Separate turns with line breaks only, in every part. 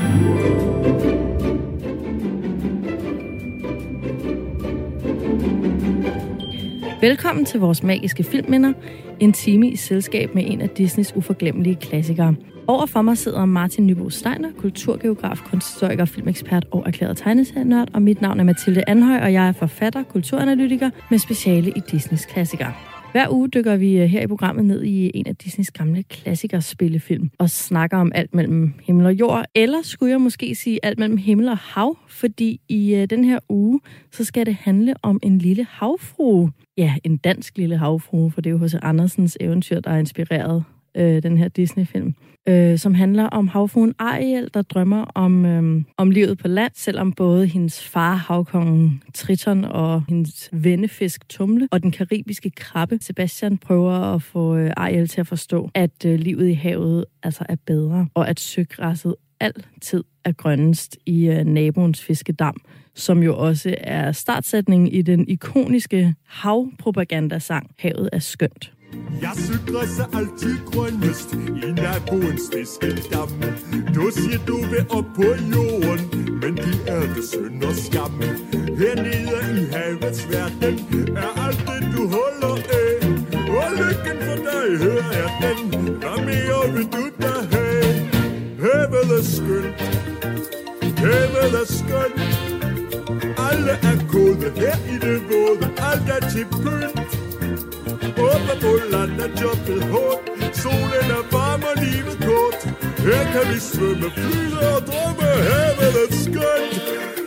Velkommen til vores magiske filmminder. En time i selskab med en af Disneys uforglemmelige klassikere. Overfor mig sidder Martin Nybo Steiner, kulturgeograf, kunsthistoriker, filmekspert og erklæret tegneserienørd. Og mit navn er Mathilde Anhøj, og jeg er forfatter, kulturanalytiker med speciale i Disneys klassikere. Hver uge dykker vi her i programmet ned i en af Disneys gamle klassikers-spillefilm og snakker om alt mellem himmel og jord. Eller skulle jeg måske sige alt mellem himmel og hav, fordi i den her uge, så skal det handle om en lille havfrue. Ja, en dansk lille havfrue, for det er jo H.C. Andersens eventyr, der er inspireret den her Disney-film. Som handler om havfruen Ariel, der drømmer om livet på land, selvom både hendes far, havkongen Triton, og hendes vennefisk Tumle og den karibiske krabbe Sebastian prøver at få Ariel til at forstå, at livet i havet altså er bedre, og at søgræsset altid er grønnest i naboens fiskedam, som jo også er startsætningen i den ikoniske havpropagandasang Havet er skønt.
Jeg søgræsser altid grønnest i naboens fiskedam. Du siger du vil op på jorden, men det er det synd og skam. Hernede i havets verden er alt det du holder af. Og lykken for dig, her er den. Hvad mere vil du da have? Havet er skønt. Havet er skønt. Alle er gode her i det våde. Alt er til pynt. Oppe på land er jobbet hårdt. Solen er varm og livet kort. Her kan vi svømme, flyde og drømme. Havet er skønt.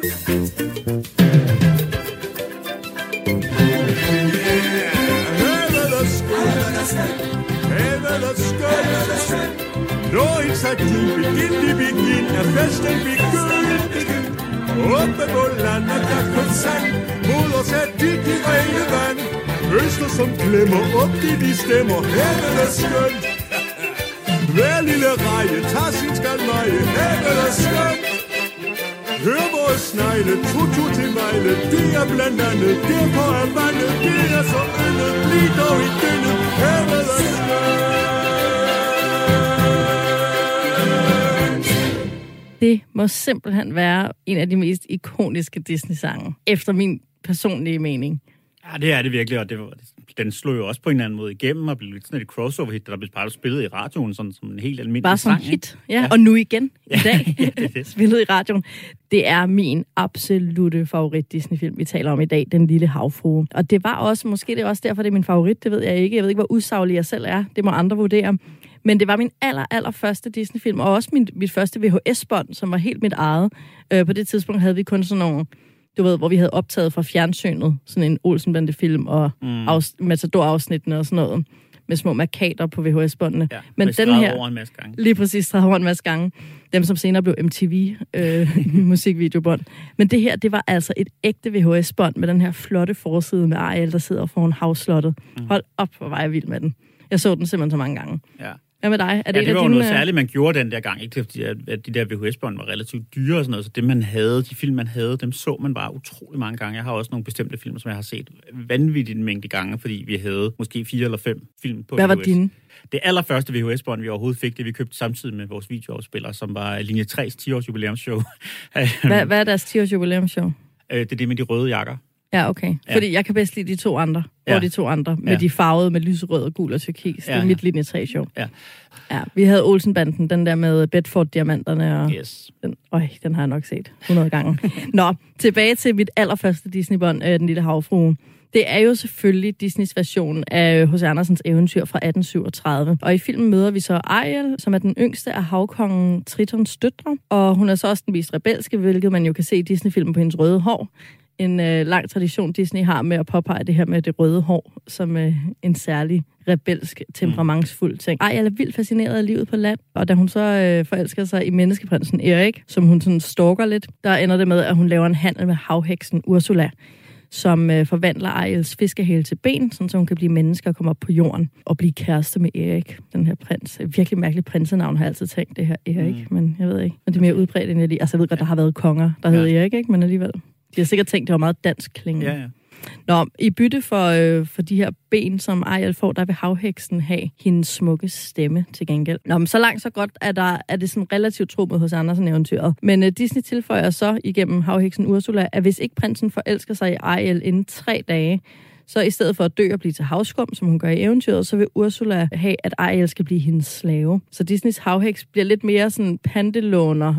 Havet er skønt. Havet er skønt. Når en sagt de begin, er festen begyndt. Oppe på land er der kun sand. Mod os er dybt i rene vand. Øster som glemmer op i de stemmer. Havet er skønt. Hver lille reje tager sin skalmeje. Havet er skønt. Hør vores snegle, tutu til mejle. Det er blandt andet, derfor er vandet. Det er så yndet, bliv dog i dyndet. Havet er skønt.
Det må simpelthen være en af de mest ikoniske Disney-sange, efter min personlige mening.
Ja, det er det virkelig, og den slog jo også på en eller anden måde igennem og blev lidt sådan et crossover-hit, der blev bare spillet i radioen sådan, som en helt almindelig
bare som
sang.
hit, ja. Og nu igen i dag,
ja, det.
spillet i radioen. Det er min absolutte favorit Disney-film, vi taler om i dag, Den Lille Havfrue. Og det var også, måske det er også derfor, det er min favorit, det ved jeg ikke. Jeg ved ikke, hvor usaglig jeg selv er, det må andre vurdere. Men det var min allerførste Disney-film, og også mit første VHS-bånd, som var helt mit eget. På det tidspunkt havde vi kun sådan nogle, du ved, hvor vi havde optaget fra fjernsynet, sådan en Olsen-bande-film og Matador-afsnittene og sådan noget, med små markader på VHS-båndene.
Ja,
men den her,
over en masse gange.
Lige præcis, streget over en masse gange. Dem, som senere blev MTV musikvideobånd. Men det her, det var altså et ægte VHS-bånd med den her flotte forside med Ariel, der sidder foran havslottet. Hold op, hvor var jeg vild med den. Jeg så den simpelthen så mange gange.
Ja.
Hvad med dig?
Det var jo noget særligt, man gjorde den der gang. Ikke fordi at de der VHS-bånd var relativt dyre og sådan noget, så det man havde, de film man havde, dem så man bare utrolig mange gange. Jeg har også nogle bestemte film, som jeg har set vanvittigt en mængde gange, fordi vi havde måske 4 eller 5 film på VHS.
Hvad var dine?
Det allerførste VHS-bånd, vi overhovedet fik, det vi købte samtidig med vores videoafspiller, som var Linje 3's 10-års jubilæumsshow.
Hvad er deres 10-års jubilæumsshow?
Det er det med de røde jakker.
Ja, okay. Fordi jeg kan bedst lide de to andre. Og de to andre, med de farvede med lyserød og gul og turkis. Det er mit Linje 3-show. Ja, vi havde Olsen-banden, den der med Bedford-diamanterne. Og den har jeg nok set 100 gange. Nå, tilbage til mit allerførste Disney-bånd, Den Lille Havfrue. Det er jo selvfølgelig Disneys version af H.C. Andersens eventyr fra 1837. Og i filmen møder vi så Ariel, som er den yngste af havkongen Tritons døtre. Og hun er så også den mest rebelske, hvilket man jo kan se i Disney-filmen på hendes røde hår. En lang tradition, Disney har med at påpege det her med det røde hår, som en særlig rebelsk, temperamentsfuld ting. Jeg er vildt fascineret af livet på land, og da hun så forelsker sig i menneskeprinsen Erik, som hun sådan stalker lidt, der ender det med, at hun laver en handel med havheksen Ursula, som forvandler Ariels fiskehæl til ben, sådan, så hun kan blive menneske og komme op på jorden og blive kæreste med Erik, den her prins. Virkelig mærkeligt prinsenavn har jeg altid tænkt, det her Erik, men jeg ved ikke. Men det er mere udbredt, end jeg lige. Altså, jeg ved godt, der har været konger, der hedder Erik, ikke? Men alligevel. De har sikkert tænkt, det var meget dansk klingende.
Ja.
Nå, i bytte for de her ben, som Ariel får, der vil havheksen have hendes smukke stemme til gengæld. Nå, men så langt så godt er det sådan relativt tro mod hos Andersen-eventyret. Men Disney tilføjer så igennem havheksen Ursula, at hvis ikke prinsen forelsker sig i Ariel inden 3 dage, så i stedet for at dø og blive til havskum, som hun gør i eventyret, så vil Ursula have, at Ariel skal blive hendes slave. Så Disneys havheks bliver lidt mere sådan pantelåner,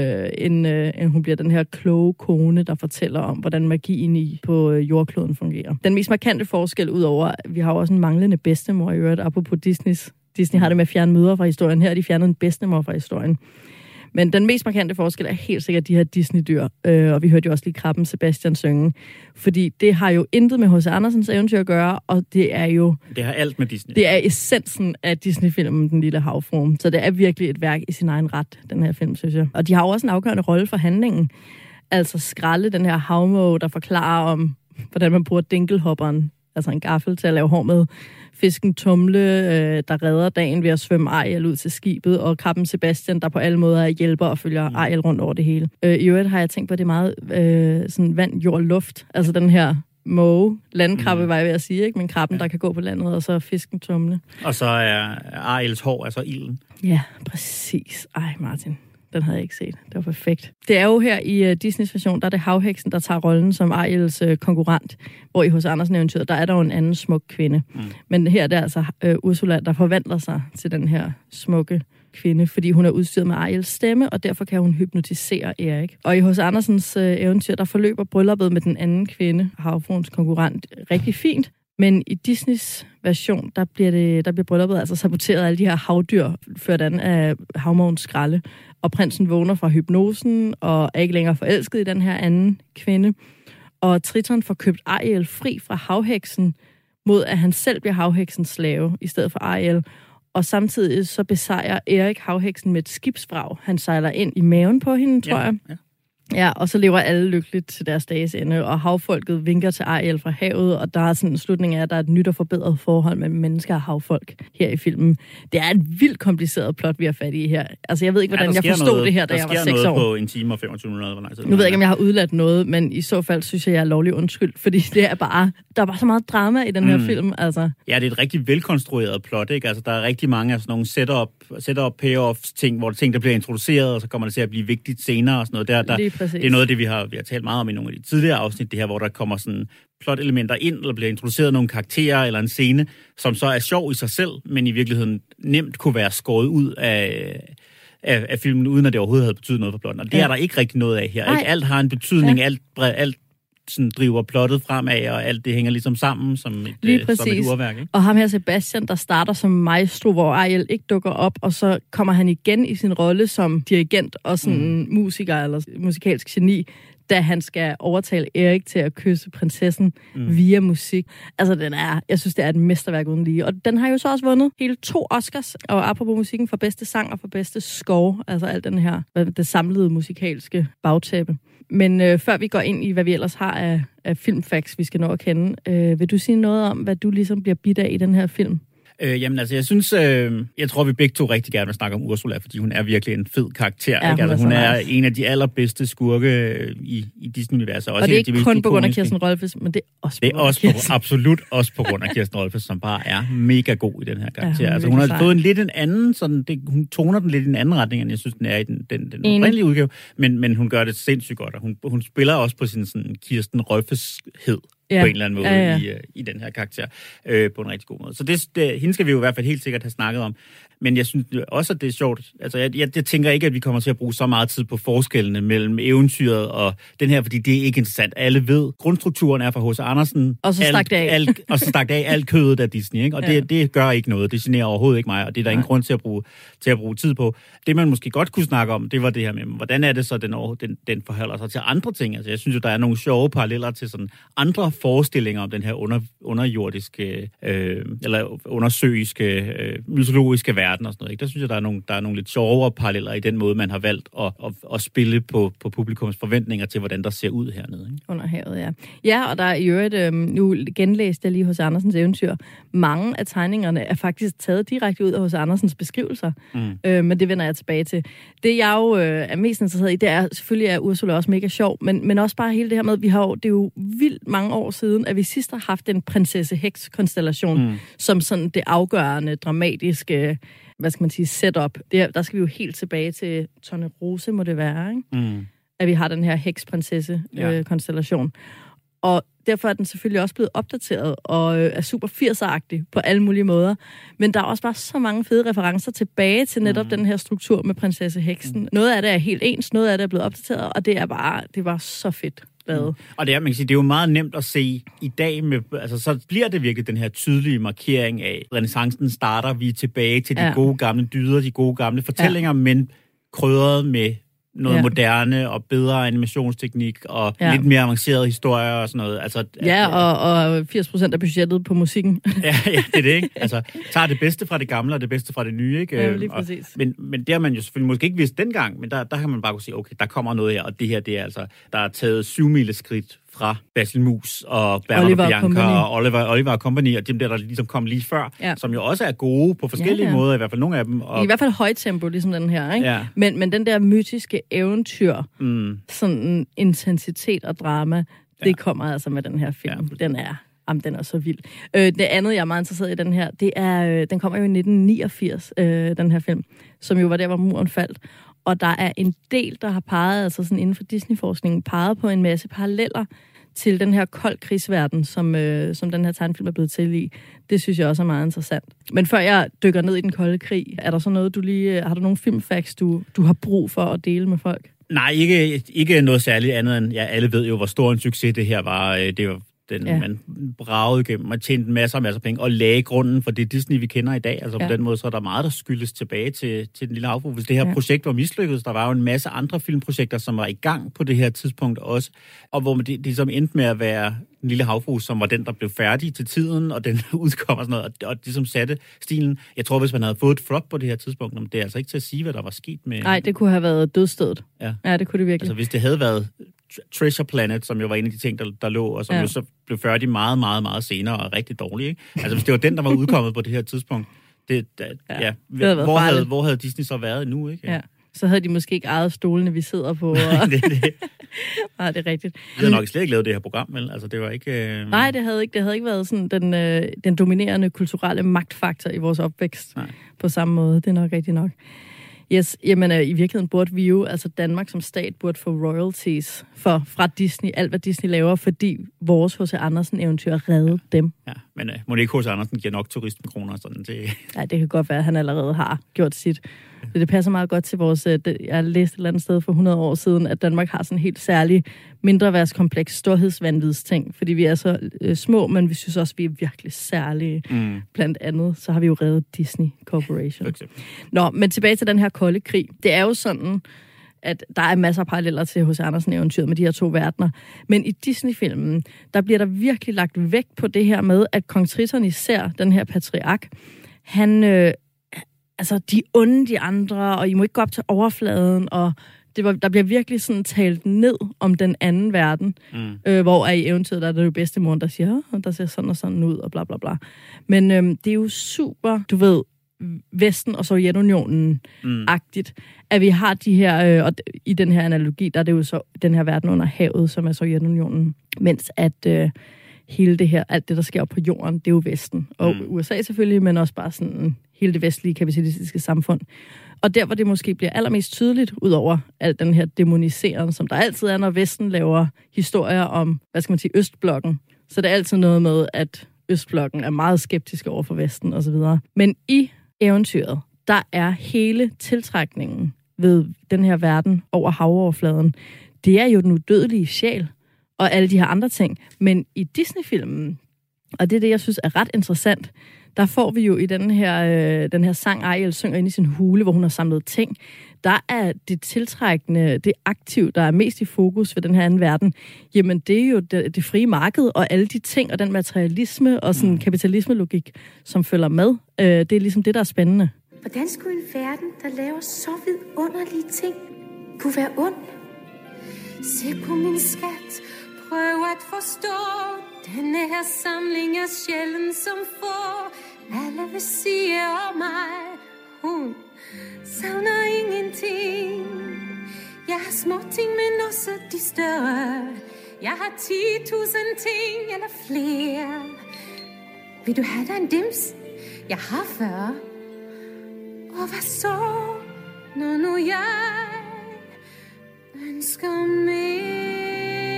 end hun bliver den her kloge kone, der fortæller om, hvordan magien på jordkloden fungerer. Den mest markante forskel, udover, vi har jo også en manglende bedstemor i øvrigt, apropos Disney har det med at fjerne mødre fra historien. Her har de fjernet en bedstemor fra historien. Men den mest markante forskel er helt sikkert de her Disney-dyr, og vi hørte jo også lige krabben Sebastian synge, fordi det har jo intet med H.C. Andersens eventyr at gøre, og det er jo...
Det har alt med Disney.
Det er essensen af Disney-filmen Den Lille Havfrue, så det er virkelig et værk i sin egen ret, den her film, synes jeg. Og de har jo også en afgørende rolle for handlingen, altså Skralle, den her havmåge, der forklarer om, hvordan man bruger dinkelhopperen, altså en gaffel til at lave hår med, fisken Tumle, der redder dagen ved at svømme Ariel ud til skibet, og krabben Sebastian, der på alle måder hjælper og følger Ariel rundt over det hele. I øvrigt har jeg tænkt på, at det er meget sådan vand, jord, luft. Altså den her måge, landkrabbe var jeg ved at sige, ikke? Men krabben, der kan gå på landet, og så fisken Tumle.
Og så er Ariels hår, altså ilden.
Ja, præcis. Ej, Martin. Den havde jeg ikke set. Det var perfekt. Det er jo her i Disneys version, der er det havheksen, der tager rollen som Ariels konkurrent, hvor i H.C. Andersen-eventyret, der er der jo en anden smuk kvinde. Men her er det altså Ursula, der forvandler sig til den her smukke kvinde, fordi hun er udstyret med Ariels stemme, og derfor kan hun hypnotisere Erik. Og i H.C. Andersens eventyr, der forløber brylluppet med den anden kvinde, havfruens konkurrent, rigtig fint. Men i Disneys version, der bliver brylluppet altså saboteret af alle de her havdyr, ført an af havmågens Skralle. Og prinsen vågner fra hypnosen og er ikke længere forelsket i den her anden kvinde. Og Triton får købt Ariel fri fra havheksen, mod at han selv bliver havheksens slave i stedet for Ariel. Og samtidig så besejrer Erik havheksen med et skibsvrag. Han sejler ind i maven på hende, tror jeg. Ja. Ja, og så lever alle lykkeligt til deres dages ende, og havfolket vinker til Ariel fra havet, og der er sådan en slutning af, at der er et nyt og forbedret forhold mellem mennesker og havfolk her i filmen. Det er et vildt kompliceret plot, vi har fat i her. Altså, jeg ved ikke, hvordan jeg forstod det her, da jeg var 6 år. Der sker noget
på 1 time og 25 minutter.
Nu ved jeg ikke, om jeg har udladt noget, men i så fald synes jeg er lovlig undskyld, fordi det er bare, der er bare så meget drama i den her film. Altså.
Ja, det er et rigtig velkonstrueret plot, ikke? Altså, der er rigtig mange af sådan nogle setup payoffs ting, hvor ting, der bliver introduceret, og så kommer det til at blive vigtigt senere og sådan noget. Det er noget af det, vi har talt meget om i nogle af de tidligere afsnit, det her, hvor der kommer sådan plot-elementer ind, eller bliver introduceret nogle karakterer eller en scene, som så er sjov i sig selv, men i virkeligheden nemt kunne være skåret ud af filmen, uden at det overhovedet havde betydet noget for plotten. Og det er der ikke rigtig noget af her. Ikke? Alt har en betydning, alt sådan driver plottet fremad, og alt det hænger ligesom sammen som et urværk. Ikke?
Og ham her Sebastian, der starter som maestro, hvor Ariel ikke dukker op, og så kommer han igen i sin rolle som dirigent og sådan musiker eller musikalsk geni, da han skal overtale Erik til at kysse prinsessen via musik. Altså, jeg synes, det er et mesterværk uden lige. Og den har jo så også vundet hele 2 Oscars, og apropos musikken, for bedste sang og for bedste score, altså alt den her, det samlede musikalske bagtæppe. Men før vi går ind i, hvad vi ellers har af filmfacts, vi skal nå at kende, vil du sige noget om, hvad du ligesom bliver bidt af i den her film?
Jamen altså, jeg tror, vi begge to rigtig gerne vil snakke om Ursula, fordi hun er virkelig en fed karakter. Ja, ikke? Altså, hun er en af de allerbedste skurke i Disney-universet.
Og det er ikke kun på grund af Kirsten Rolfes, men det er også på grund af Kirsten.
Absolut også på grund af Kirsten Rolfes, som bare er mega god i den her karakter. Ja, hun har fået en lidt en anden, hun toner den lidt i en anden retning, end jeg synes, den er i den oprindelige udgave, men hun gør det sindssygt godt, og hun spiller også på sin sådan Kirsten Rolfes-hed. På en eller anden måde i den her karakter, på en rigtig god måde. Så hende skal vi jo i hvert fald helt sikkert have snakket om. Men jeg synes også, at det er sjovt. Altså, jeg tænker ikke, at vi kommer til at bruge så meget tid på forskellene mellem eventyret og den her, fordi det er ikke interessant. Alle ved, grundstrukturen er fra H.C. Andersen.
Og så stak det af.
Og så stak det af alt kødet af Disney, ikke? Og det gør ikke noget. Det generer overhovedet ikke mig, og det er der ingen grund til at bruge tid på. Det, man måske godt kunne snakke om, det var det her med, hvordan er det så, den forholder sig til andre ting. Altså, jeg synes jo, der er nogle sjove paralleller til sådan andre forestillinger om den her underjordiske, eller undersøiske, mytologiske verden og sådan noget. Ikke? Der synes jeg, der er nogle lidt sjovere paralleller i den måde, man har valgt at spille på publikums forventninger til, hvordan der ser ud hernede. Ikke?
Under havet, ja. Ja, og der er i øvrigt, nu genlæste jeg lige H.C. Andersens eventyr. Mange af tegningerne er faktisk taget direkte ud af H.C. Andersens beskrivelser, men det vender jeg tilbage til. Det, jeg jo er mest interesseret i, det er selvfølgelig, at Ursula også mega sjov, men også bare hele det her med, det er jo vildt mange år år siden, at vi sidst har haft en prinsesse-heks-konstellation, som sådan det afgørende, dramatiske, hvad skal man sige, setup. Der skal vi jo helt tilbage til Tornerose, må det være, ikke? At vi har den her heks-prinsesse-konstellation. Og derfor er den selvfølgelig også blevet opdateret og er super 80'er-agtig på alle mulige måder. Men der er også bare så mange fede referencer tilbage til netop den her struktur med prinsesse-heksen. Noget af det er helt ens, noget af det er blevet opdateret, og det var så fedt lavet.
Og det er, man kan sige, det er jo meget nemt at se i dag, altså så bliver det virkelig den her tydelige markering af, renæssancen starter, vi er tilbage til de gode gamle dyder, de gode gamle fortællinger, men krydret med noget moderne og bedre animationsteknik og lidt mere avancerede historier og sådan noget. Altså,
og 80% af budgettet på musikken.
ja, det er det, ikke? Altså, tager det bedste fra det gamle og det bedste fra det nye, ikke?
Ja, lige præcis.
Men det har man jo selvfølgelig måske ikke vidst dengang, men der kan man bare kunne sige, okay, der kommer noget her, og det her, det er altså, der er taget 7 skridt fra Basil Mus og Bernard og Bianca og Oliver Company, og dem der ligesom kom lige før, som jo også er gode på forskellige måder, i hvert fald nogle af dem. Og...
I hvert fald højtempo, ligesom den her, ikke? Ja. Men den der mytiske eventyr, sådan intensitet og drama, det kommer altså med den her film. Ja. Den er så vild. Det andet, jeg er meget interesseret i den her, det er, den kommer jo i 1989, den her film, som jo var der, hvor muren faldt. Og der er en del, der har peget, altså sådan inden for Disney-forskningen, peget på en masse paralleller til den her kold krigsverden, som den her tegnefilm er blevet til i. Det synes jeg også er meget interessant. Men før jeg dykker ned i den kolde krig, er der så noget, har du nogle filmfacts, du har brug for at dele med folk?
Nej, ikke noget særligt andet end, alle ved jo, hvor stor en succes det her var. Det var man bragede igennem og tjente masser af penge og lagde grunden for det Disney, vi kender i dag. Altså på den måde, så er der meget, der skyldes tilbage til den lille havfrue. Hvis det her projekt var mislykket, der var jo en masse andre filmprojekter, som var i gang på det her tidspunkt også, og hvor det som endte med at være den lille havfrue, som var den, der blev færdig til tiden, og den udkom og sådan noget, og det som satte stilen. Jeg tror, hvis man havde fået et flop på det her tidspunkt, men det er altså ikke til at sige, hvad der var sket med...
Nej, det kunne have været dødsstedet. Ja, det kunne det virkelig.
Altså hvis det havde været Treasure Planet, som jo var en af de ting, der lå, og som jo så blev færdig meget, meget, meget senere og rigtig dårlig, ikke? Altså hvis det var den, der var udkommet på det her tidspunkt, hvor havde Disney så været nu, ikke?
Ja. Så havde de måske ikke ejet stolene, vi sidder på.
Nej, det er det.
Nej, det er rigtigt.
Vi havde nok slet ikke lavet det her program, vel? Altså, det var ikke...
Nej, det havde ikke været sådan den dominerende kulturelle magtfaktor i vores opvækst på samme måde. Det er nok rigtigt nok. Yes, jamen i virkeligheden burde vi jo, altså Danmark som stat, burde få royalties fra Disney, alt hvad Disney laver, fordi vores H.C. Andersen-eventyr reddede dem. Ja,
men må det ikke H.C. Andersen giver nok turismekroner sådan til...
Nej, det kan godt være, at han allerede har gjort sit. Det passer meget godt til vores... Jeg læste et eller andet sted for 100 år siden, at Danmark har sådan en helt særlig mindreværdskompleks storhedsvanvidsting, fordi vi er så små, men vi synes også, vi er virkelig særlige. Blandt andet, så har vi jo reddet Disney Corporation. Nå, men tilbage til den her kolde krig. Det er jo sådan, at der er masser af paralleller til H.C. Andersen-eventyret med de her to verdener. Men i Disney-filmen, der bliver der virkelig lagt vægt på det her med, at kong Triton især, den her patriark, han... altså, de onde de andre, og I må ikke gå op til overfladen, og der bliver virkelig sådan talt ned om den anden verden, hvor i eventyret, der er det jo bedstemor, der siger, der ser sådan og sådan ud, og bla bla bla. Men det er jo super, du ved, Vesten og Sovjetunionen-agtigt, at vi har de her, og i den her analogi, der er det jo så den her verden under havet, som er Sovjetunionen, mens at hele det her, alt det, der sker på jorden, det er jo Vesten. Og USA selvfølgelig, men også bare sådan hele det vestlige kapitalistiske samfund. Og der, hvor det måske bliver allermest tydeligt, ud over al den her demonisering, som der altid er, når Vesten laver historier om, hvad skal man sige, Østblokken. Så det er altid noget med, at Østblokken er meget skeptisk over for Vesten osv. Men i eventyret, der er hele tiltrækningen ved den her verden over havoverfladen, det er jo den udødelige sjæl og alle de her andre ting. Men i Disney-filmen, og det er det, jeg synes er ret interessant, der får vi jo i den her sang, Ariel synger ind i sin hule, hvor hun har samlet ting. Der er det tiltrækkende, det aktiv, der er mest i fokus ved den her anden verden. Jamen, det er jo det frie marked og alle de ting, og den materialisme og sådan kapitalisme-logik, som følger med. Det er ligesom det, der er spændende.
Hvordan skulle en verden, der laver så vidunderlige ting, kunne være ond? Se på min skat, prøv at forstå. Denne her samling er sjældent som får. Alle vil sige om mig, hun savner ingenting. Jeg har små ting, men også de større. Jeg har 10.000 ting eller flere. Vil du have dig en dims? Jeg har 40. Og hvad så, når nu jeg ønsker mere?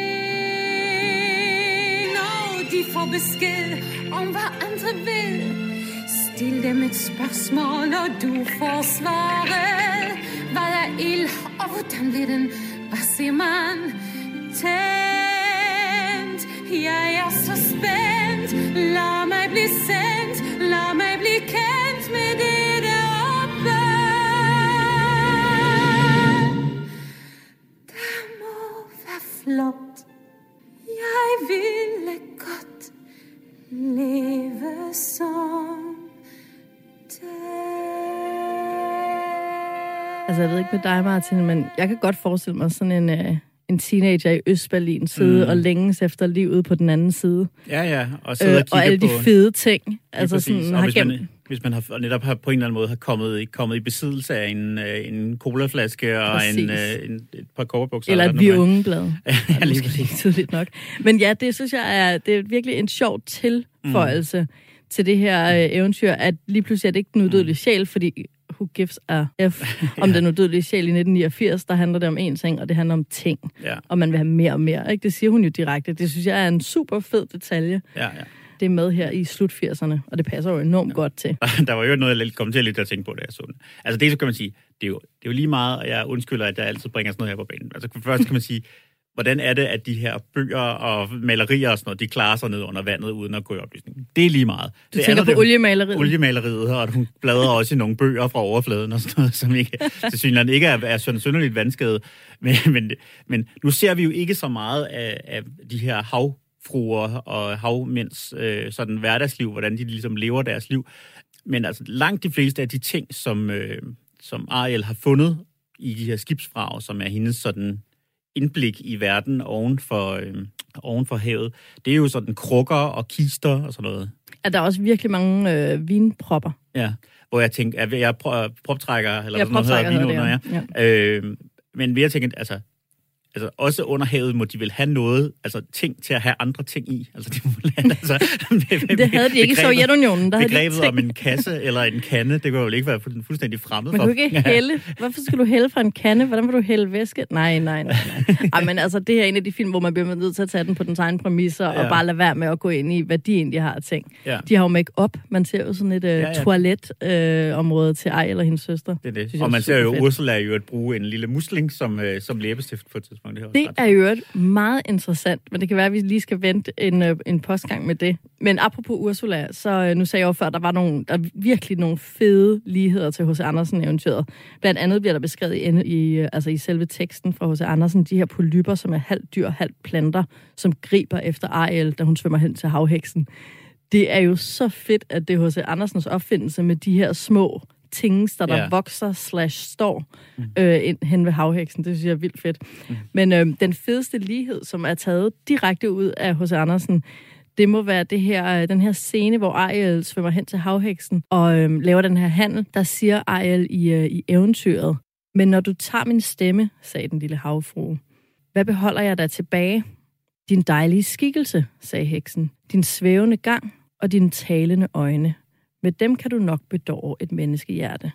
Når de får besked om hvad andre vil, stil dem et spørgsmål, og du får svaret. Hvad er ild, og hvordan bliver den? Hvad siger man? Tændt. Jeg er så spændt. Lad mig blive sendt. Lad mig blive kendt med det deroppe. Der må være flot. Jeg ville godt leve som
Altså, jeg ved ikke med dig, Martin, men jeg kan godt forestille mig sådan en teenager i Østberlin sidde og længes efter livet på den anden side.
Ja, og sidde og kigge på...
Og alle de fede ting. Altså sådan,
og hvis man har netop på en eller anden måde har kommet i besiddelse af en colaflaske og et par kobberbukser.
Eller et Vi Unge-blad. Ja, lige præcis. Ikke tydeligt nok. Men ja, det synes jeg det er virkelig en sjov tilføjelse til det her eventyr, at lige pludselig er det ikke den udødelige sjæl, fordi who gives a F om den udødelige sjæl i 1989, der handler det om én ting, og det handler om ting. Ja. Og man vil have mere og mere. Ikke? Det siger hun jo direkte. Det synes jeg er en super fed detalje. Ja. Det er med her i slut 80'erne, og det passer jo enormt godt til. Der
var jo noget, jeg kom til at tænke på, da jeg så den. Altså det, så kan man sige, det er jo lige meget, og jeg undskylder, at jeg altid bringer sådan noget her på banen. Altså først kan man sige, hvordan er det, at de her bøger og malerier og sådan noget, de klarer sig ned under vandet, uden at gå i opløsning? Det er lige meget.
Du tænker på oliemaleriet?
Oliemaleriet, og hun bladrer også i nogle bøger fra overfladen og sådan noget, som ikke, til synligheden ikke er synderligt vandskade. Men nu ser vi jo ikke så meget af de her havfruer og havmænds sådan hverdagsliv, hvordan de ligesom lever deres liv. Men altså langt de fleste af de ting, som Ariel har fundet i de her skibsvrag, som er hendes sådan indblik i verden oven for havet. Det er jo sådan krukker og kister og sådan noget.
Er der også virkelig mange vinpropper?
Ja, hvor jeg tænker, at jeg er proptrækker, eller sådan noget hedder vinunder, ja. Men jeg tænker, altså også under havet må de vel have noget, altså ting til at have andre ting i. Altså de må
det havde de ikke i Sovjetunionen. Der
begrebet om en kasse eller en kande, det kunne jo ikke være fuldstændig fremmed for.
Man kunne ikke hælde. Hvorfor skal du hælde fra en kande? Hvordan vil du hælde væske? Nej. Ej, men altså, det her er en af de film, hvor man bliver nødt til at tage den på dens egen præmisser, og bare lade være med at gå ind i, hvad de egentlig har af ting. Ja. De har jo make-up. Man ser jo sådan et toilet-område til Ariel eller hendes søster.
Det er det. Og man ser jo Ursula jo at bruge en lille musling som læbestift på et tidspunkt.
Det er jo meget interessant, men det kan være, at vi lige skal vente en postgang med det. Men apropos Ursula, så nu sagde jeg jo før, der er virkelig nogle fede ligheder til H.C. Andersen-eventyret. Blandt andet bliver der beskrevet i selve teksten fra H.C. Andersen, de her polypper, som er halvt dyr, halvt planter, som griber efter Ariel, da hun svømmer hen til havheksen. Det er jo så fedt, at det er H.C. Andersens opfindelse med de her små tings, der vokser /står hen ved havheksen. Det synes jeg er vildt fedt. Men den fedeste lighed, som er taget direkte ud af H.C. Andersen, det må være den her scene, hvor Ariel svømmer hen til havheksen og laver den her handel. Der siger Ariel i eventyret: "Men når du tager min stemme," sagde den lille havfrue, "hvad beholder jeg der tilbage? Din dejlige skikkelse," sagde heksen, "din svævende gang og dine talende øjne. Med dem kan du nok bedåre et menneskehjerte."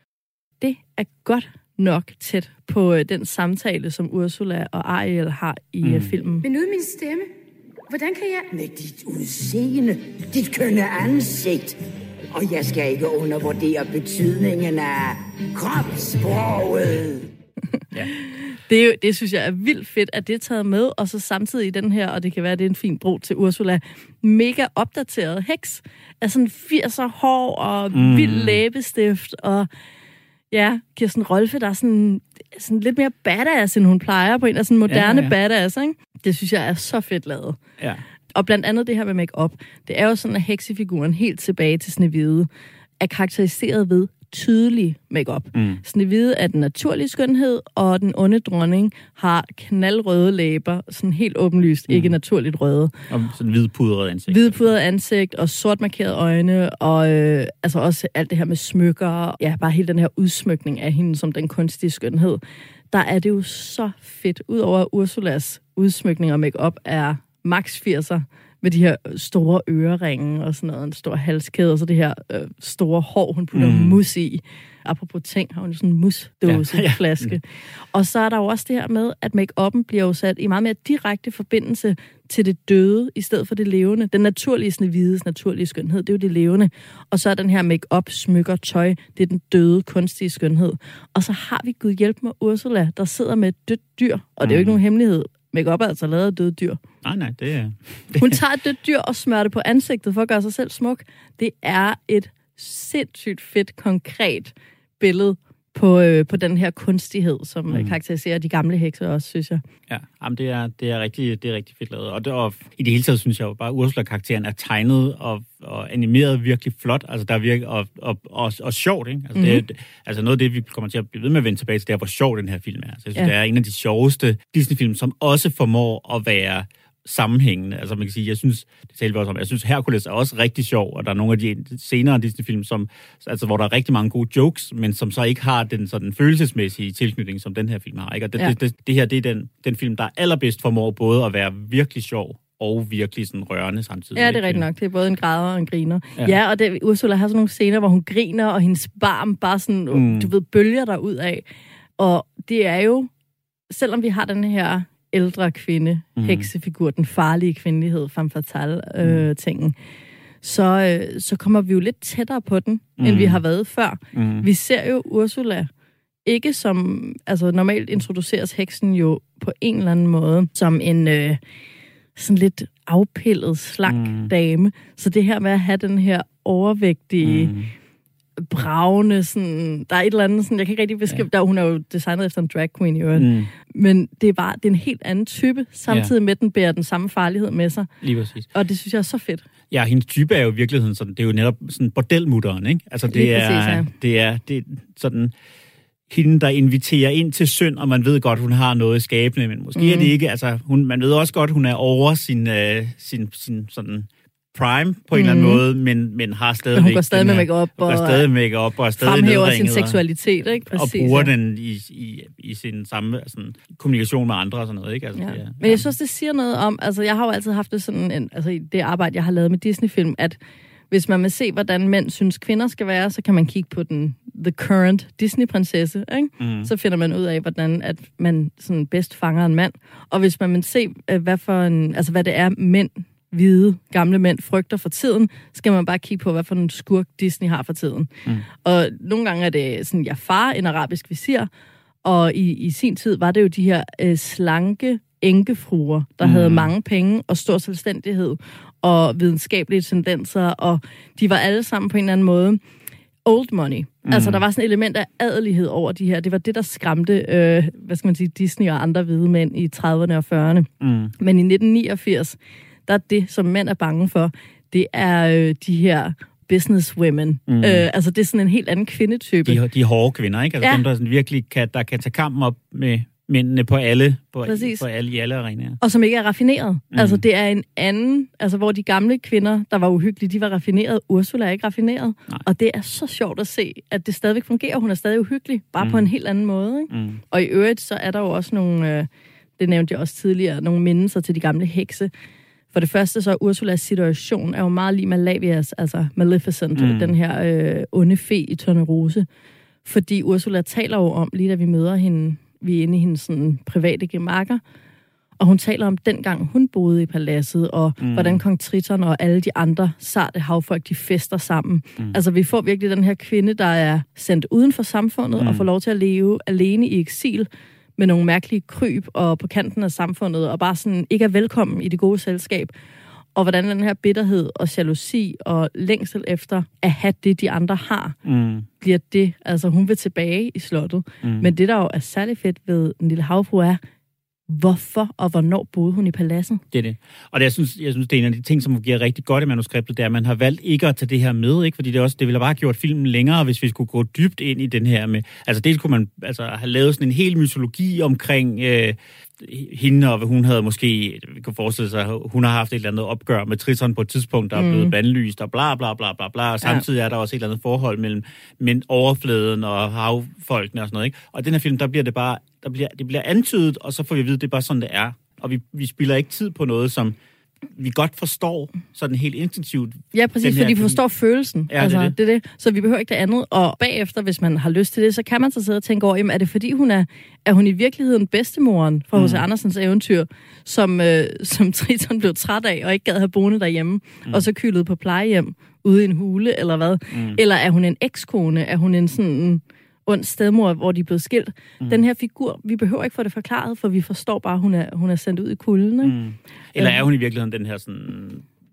Det er godt nok tæt på den samtale, som Ursula og Ariel har i filmen.
Men uden min stemme, hvordan kan jeg...
Med dit udseende, dit kønne ansigt. Og jeg skal ikke undervurdere betydningen af kropssproget.
Ja. Det synes jeg er vildt fedt, at det er taget med, og så samtidig i den her, og det kan være, at det er en fin bro til Ursula, mega opdateret heks af sådan 80'er hår og vild læbestift, og ja, Kirsten Rolfe, der er sådan lidt mere badass, end hun plejer på en af sådan moderne badass, ikke? Det synes jeg er så fedt lavet. Ja. Og blandt andet det her med make-up, det er jo sådan, at heksefiguren helt tilbage til Snehvide er karakteriseret ved tydelig make-up. Snehvide er den naturlige skønhed, og den onde dronning har knaldrøde læber, sådan helt åbenlyst, ikke naturligt røde.
Og sådan hvidpudret ansigt.
Hvidpudret ansigt og sort markerede øjne, og altså også alt det her med smykker, ja, bare hele den her udsmykning af hende som den kunstige skønhed. Der er det jo så fedt. Udover Ursulas udsmykning og make-up er max 80'er, med de her store øreringe og sådan noget, en stor halskæde, og så det her store hår, hun putter mus i. Apropos ting, har hun jo sådan en musdåse flaske. Og så er der jo også det her med, at make-up'en bliver jo sat i meget mere direkte forbindelse til det døde, i stedet for det levende. Den naturlige Snehvides naturlige skønhed, det er jo det levende. Og så er den her make-up, smykker, tøj, det er den døde, kunstige skønhed. Og så har vi Gud hjælp med Ursula, der sidder med et dødt dyr, og det er jo ikke nogen hemmelighed. Make-up er altså lavet af døde dyr.
Nej, det er...
Hun tager et dødt dyr og smører det på ansigtet for at gøre sig selv smuk. Det er et sindssygt fedt, konkret billede på den her kunstighed, som karakteriserer de gamle hekse også, synes jeg. Ja,
jamen det er rigtig fedt lavet. Og i det hele taget synes jeg jo bare, at Ursula-karakteren er tegnet og animeret virkelig flot. Altså der er virkelig og sjovt, ikke? Altså, det er noget af det, vi kommer til at blive ved med at vende tilbage til, det er, hvor sjov den her film er. Altså, jeg synes, det er en af de sjoveste Disney-film, som også formår at være sammenhængende. Altså man kan sige, jeg synes Hercules er også rigtig sjov, og der er nogle af de senere Disney-film, hvor der er rigtig mange gode jokes, men som så ikke har den sådan følelsesmæssige tilknytning, som den her film har. Ikke? Og det her, det er den film, der allerbedst formår både at være virkelig sjov og virkelig sådan rørende samtidig.
Ja, det er rigtigt nok. Det er både en græder og en griner. Ja, og Ursula har sådan nogle scener, hvor hun griner, og hendes barm bare sådan, du ved, bølger der ud af. Og det er jo, selvom vi har den her ældre kvinde, heksefigur, den farlige kvindelighed, femme fatale-tingen, så kommer vi jo lidt tættere på den, end vi har været før. Vi ser jo Ursula ikke som, altså normalt introduceres heksen jo på en eller anden måde som en sådan lidt afpillet, slank dame. Så det her med at have den her overvægtige, bravne, sådan, der er et eller andet, sådan, jeg kan ikke rigtig beskrive, der hun er jo designet efter en drag queen i øvrigt, men det er en helt anden type, samtidig med, at den bærer den samme farlighed med sig.
Lige præcis.
Og det synes jeg er så fedt.
Ja, hendes type er jo i virkeligheden sådan, det er jo netop sådan bordelmutteren, ikke? Altså det er sådan hende, der inviterer ind til synd, og man ved godt, hun har noget skabende, men måske er det ikke, altså man ved også godt, hun er over sin sådan prime på en eller anden måde, men har stadigvæk...
Hun går stadig med make-up og fremhæver sin seksualitet, ikke? Præcis,
og bruger den i sin samme sådan, kommunikation med andre og sådan noget, ikke? Altså,
Men jeg synes, det siger noget om... Altså, jeg har jo altid haft det sådan... i det arbejde, jeg har lavet med Disney-film, at hvis man vil se, hvordan mænd synes, kvinder skal være, så kan man kigge på the current Disney-prinsesse, ikke? Så finder man ud af, hvordan at man sådan bedst fanger en mand. Og hvis man vil se, hvad det er mænd, hvide, gamle mænd frygter for tiden, skal man bare kigge på, hvad for en skurk Disney har for tiden. Og nogle gange er det sådan Jafar, en arabisk visir, og i sin tid var det jo de her slanke enkefruer, der havde mange penge og stor selvstændighed og videnskabelige tendenser, og de var alle sammen på en eller anden måde old money. Altså, der var sådan et element af adelighed over de her. Det var det, der skræmte, Disney og andre hvide mænd i 30'erne og 40'erne. Men i 1989, der er det, som mænd er bange for, det er de her businesswomen. Altså, det er sådan en helt anden kvindetype.
De hårde kvinder, ikke? Altså dem, der sådan virkelig kan tage kampen op med mændene på alle i alle arenaer.
Og som ikke er raffineret. Altså, det er en anden... Altså, hvor de gamle kvinder, der var uhyggelige, de var raffineret. Ursula er ikke raffineret. Nej. Og det er så sjovt at se, at det stadigvæk fungerer. Hun er stadig uhyggelig, bare på en helt anden måde, ikke? Og i øvrigt, så er der jo også nogle... det nævnte jeg også tidligere, nogle mindelser til de gamle hekse. For det første, så Ursulas situation er jo meget lige Malavias, altså Maleficent, den her onde fe i Tornerose. Fordi Ursula taler jo om, lige da vi møder hende, vi er inde i hendes sådan, private gemakker, og hun taler om dengang hun boede i paladset, og hvordan kong Triton og alle de andre sarte havfolk, de fester sammen. Altså, vi får virkelig den her kvinde, der er sendt uden for samfundet, og får lov til at leve alene i eksil, med nogle mærkelige kryb og på kanten af samfundet, og bare sådan ikke er velkommen i det gode selskab. Og hvordan den her bitterhed og jalousi og længsel efter at have det, de andre har, bliver det. Altså, hun vil tilbage i slottet. Men det, der jo er særlig fedt ved En Lille Havfrue, er, hvorfor og hvornår boede hun i paladset?
Det er det. Og jeg synes, det er en af de ting, som fungerer rigtig godt i manuskriptet, det er, at man har valgt ikke at tage det her med, ikke? Fordi det ville bare have gjort filmen længere, hvis vi skulle gå dybt ind i den her med... Altså, dels kunne man have lavet sådan en hel mytologi omkring hende, og hun havde måske... Vi kan forestille sig, at hun har haft et eller andet opgør med Triton på et tidspunkt, der er blevet bandlyst, og bla bla bla bla bla. Og samtidig er der også et eller andet forhold mellem overfladen og havfolkene og sådan noget, ikke? Og den her film, der bliver det bare... Det bliver antydet, og så får vi at vide, at det er bare sådan, det er. Og vi spilder ikke tid på noget, som vi godt forstår sådan helt instinktivt.
Ja, præcis, fordi vi forstår følelsen.
Ja, altså,
det er det. Så vi behøver ikke det andet. Og bagefter, hvis man har lyst til det, så kan man så sidde og tænke over, jamen, er det fordi er hun i virkeligheden bedstemoren fra H.C. Andersens eventyr, som Triton blev træt af, og ikke gad have boende derhjemme, og så kyldede på plejehjem ude i en hule, eller hvad? Eller er hun en ekskone? Er hun en sådan ond stedmor, hvor de er blevet skilt? Den her figur, vi behøver ikke få det forklaret, for vi forstår bare, hun er sendt ud i kulden. Ikke?
Eller er hun i virkeligheden den her sådan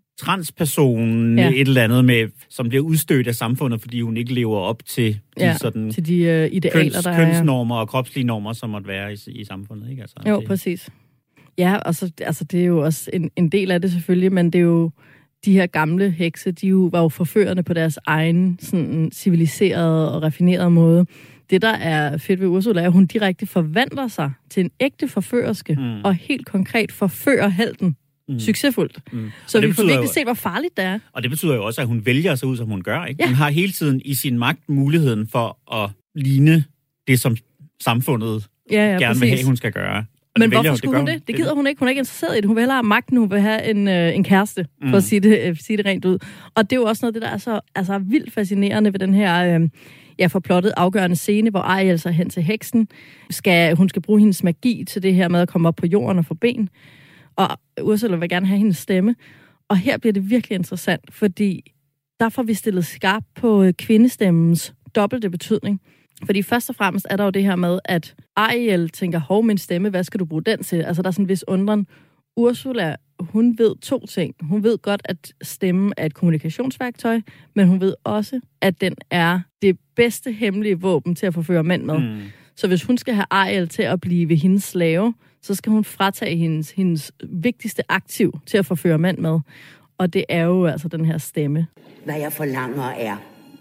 transperson, et eller andet med, som bliver udstødt af samfundet, fordi hun ikke lever op til de sådan
til de idealer, der er.
Kønsnormer og kropslige normer, som måtte være i samfundet, ikke? Altså,
jo, præcis. Ja, og så, altså, det er jo også en del af det selvfølgelig, men det er jo de her gamle hekse, var jo forførende på deres egen sådan civiliserede og raffinerede måde. Det, der er fedt ved Ursula, er, at hun direkte forvandler sig til en ægte forførerske, og helt konkret forfører helten succesfuldt. Så vi får virkelig set, hvor farligt det er.
Og det betyder jo også, at hun vælger sig ud, som hun gør. Ikke? Ja. Hun har hele tiden i sin magt muligheden for at ligne det, som samfundet gerne vil have, hun skal gøre.
Men hvorfor skulle hun det? Det gider hun ikke. Hun er ikke interesseret i det. Hun vil hellere have magten. Hun vil have en kæreste, for at sige det rent ud. Og det er jo også noget af det, der er så vildt fascinerende ved den her forplottet afgørende scene, hvor Ariel så hen til heksen. Hun skal bruge hendes magi til det her med at komme op på jorden og få ben. Og Ursula vil gerne have hendes stemme. Og her bliver det virkelig interessant, fordi der får vi stillet skarpt på kvindestemmens dobbelte betydning. Fordi først og fremmest er der jo det her med, at Ariel tænker, min stemme, hvad skal du bruge den til? Altså, der er sådan en vis undren. Ursula, hun ved 2 ting. Hun ved godt, at stemmen er et kommunikationsværktøj, men hun ved også, at den er det bedste hemmelige våben til at forføre mænd med. Så hvis hun skal have Ariel til at blive hendes slave, så skal hun fratage hendes vigtigste aktiv til at forføre mænd med. Og det er jo altså den her stemme.
Hvad jeg forlanger er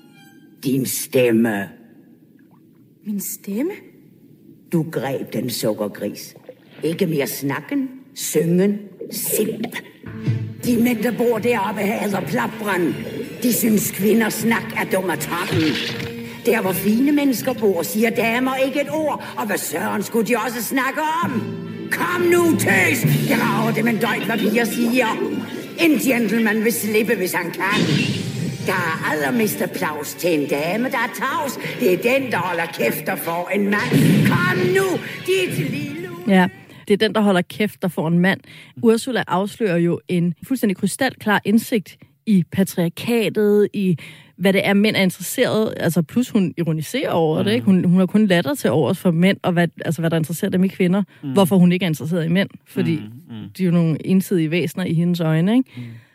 din stemme.
Min stemme?
Du greb den sukkergris. Ikke mere snakken, syngen, simp. De mænd, der bor deroppe, hader plapbrænd. De synes, kvinders snak er dum at trappen. Der, hvor fine mennesker bor, siger damer ikke et ord. Og hvad søren skulle de også snakke om? Kom nu, tøs! Jeg rager det, men døjt, hvad piger siger. En gentleman vil slippe, hvis han kan. Der er allermest applaus til en dame, der er tavs. Det er den, der holder kæft og får en mand. Kom nu, dit lille...
Ja, det er den, der holder kæft, der får en mand. Ursula afslører jo en fuldstændig krystalklar indsigt i patriarkatet, i hvad det er, mænd er interesseret. Altså plus hun ironiserer over det, ikke? Hun har kun latter til overs for mænd, og hvad der interesserer dem i kvinder. Hvorfor hun ikke er interesseret i mænd. Fordi de er jo nogle ensidige væsener i hendes øjne, ikke?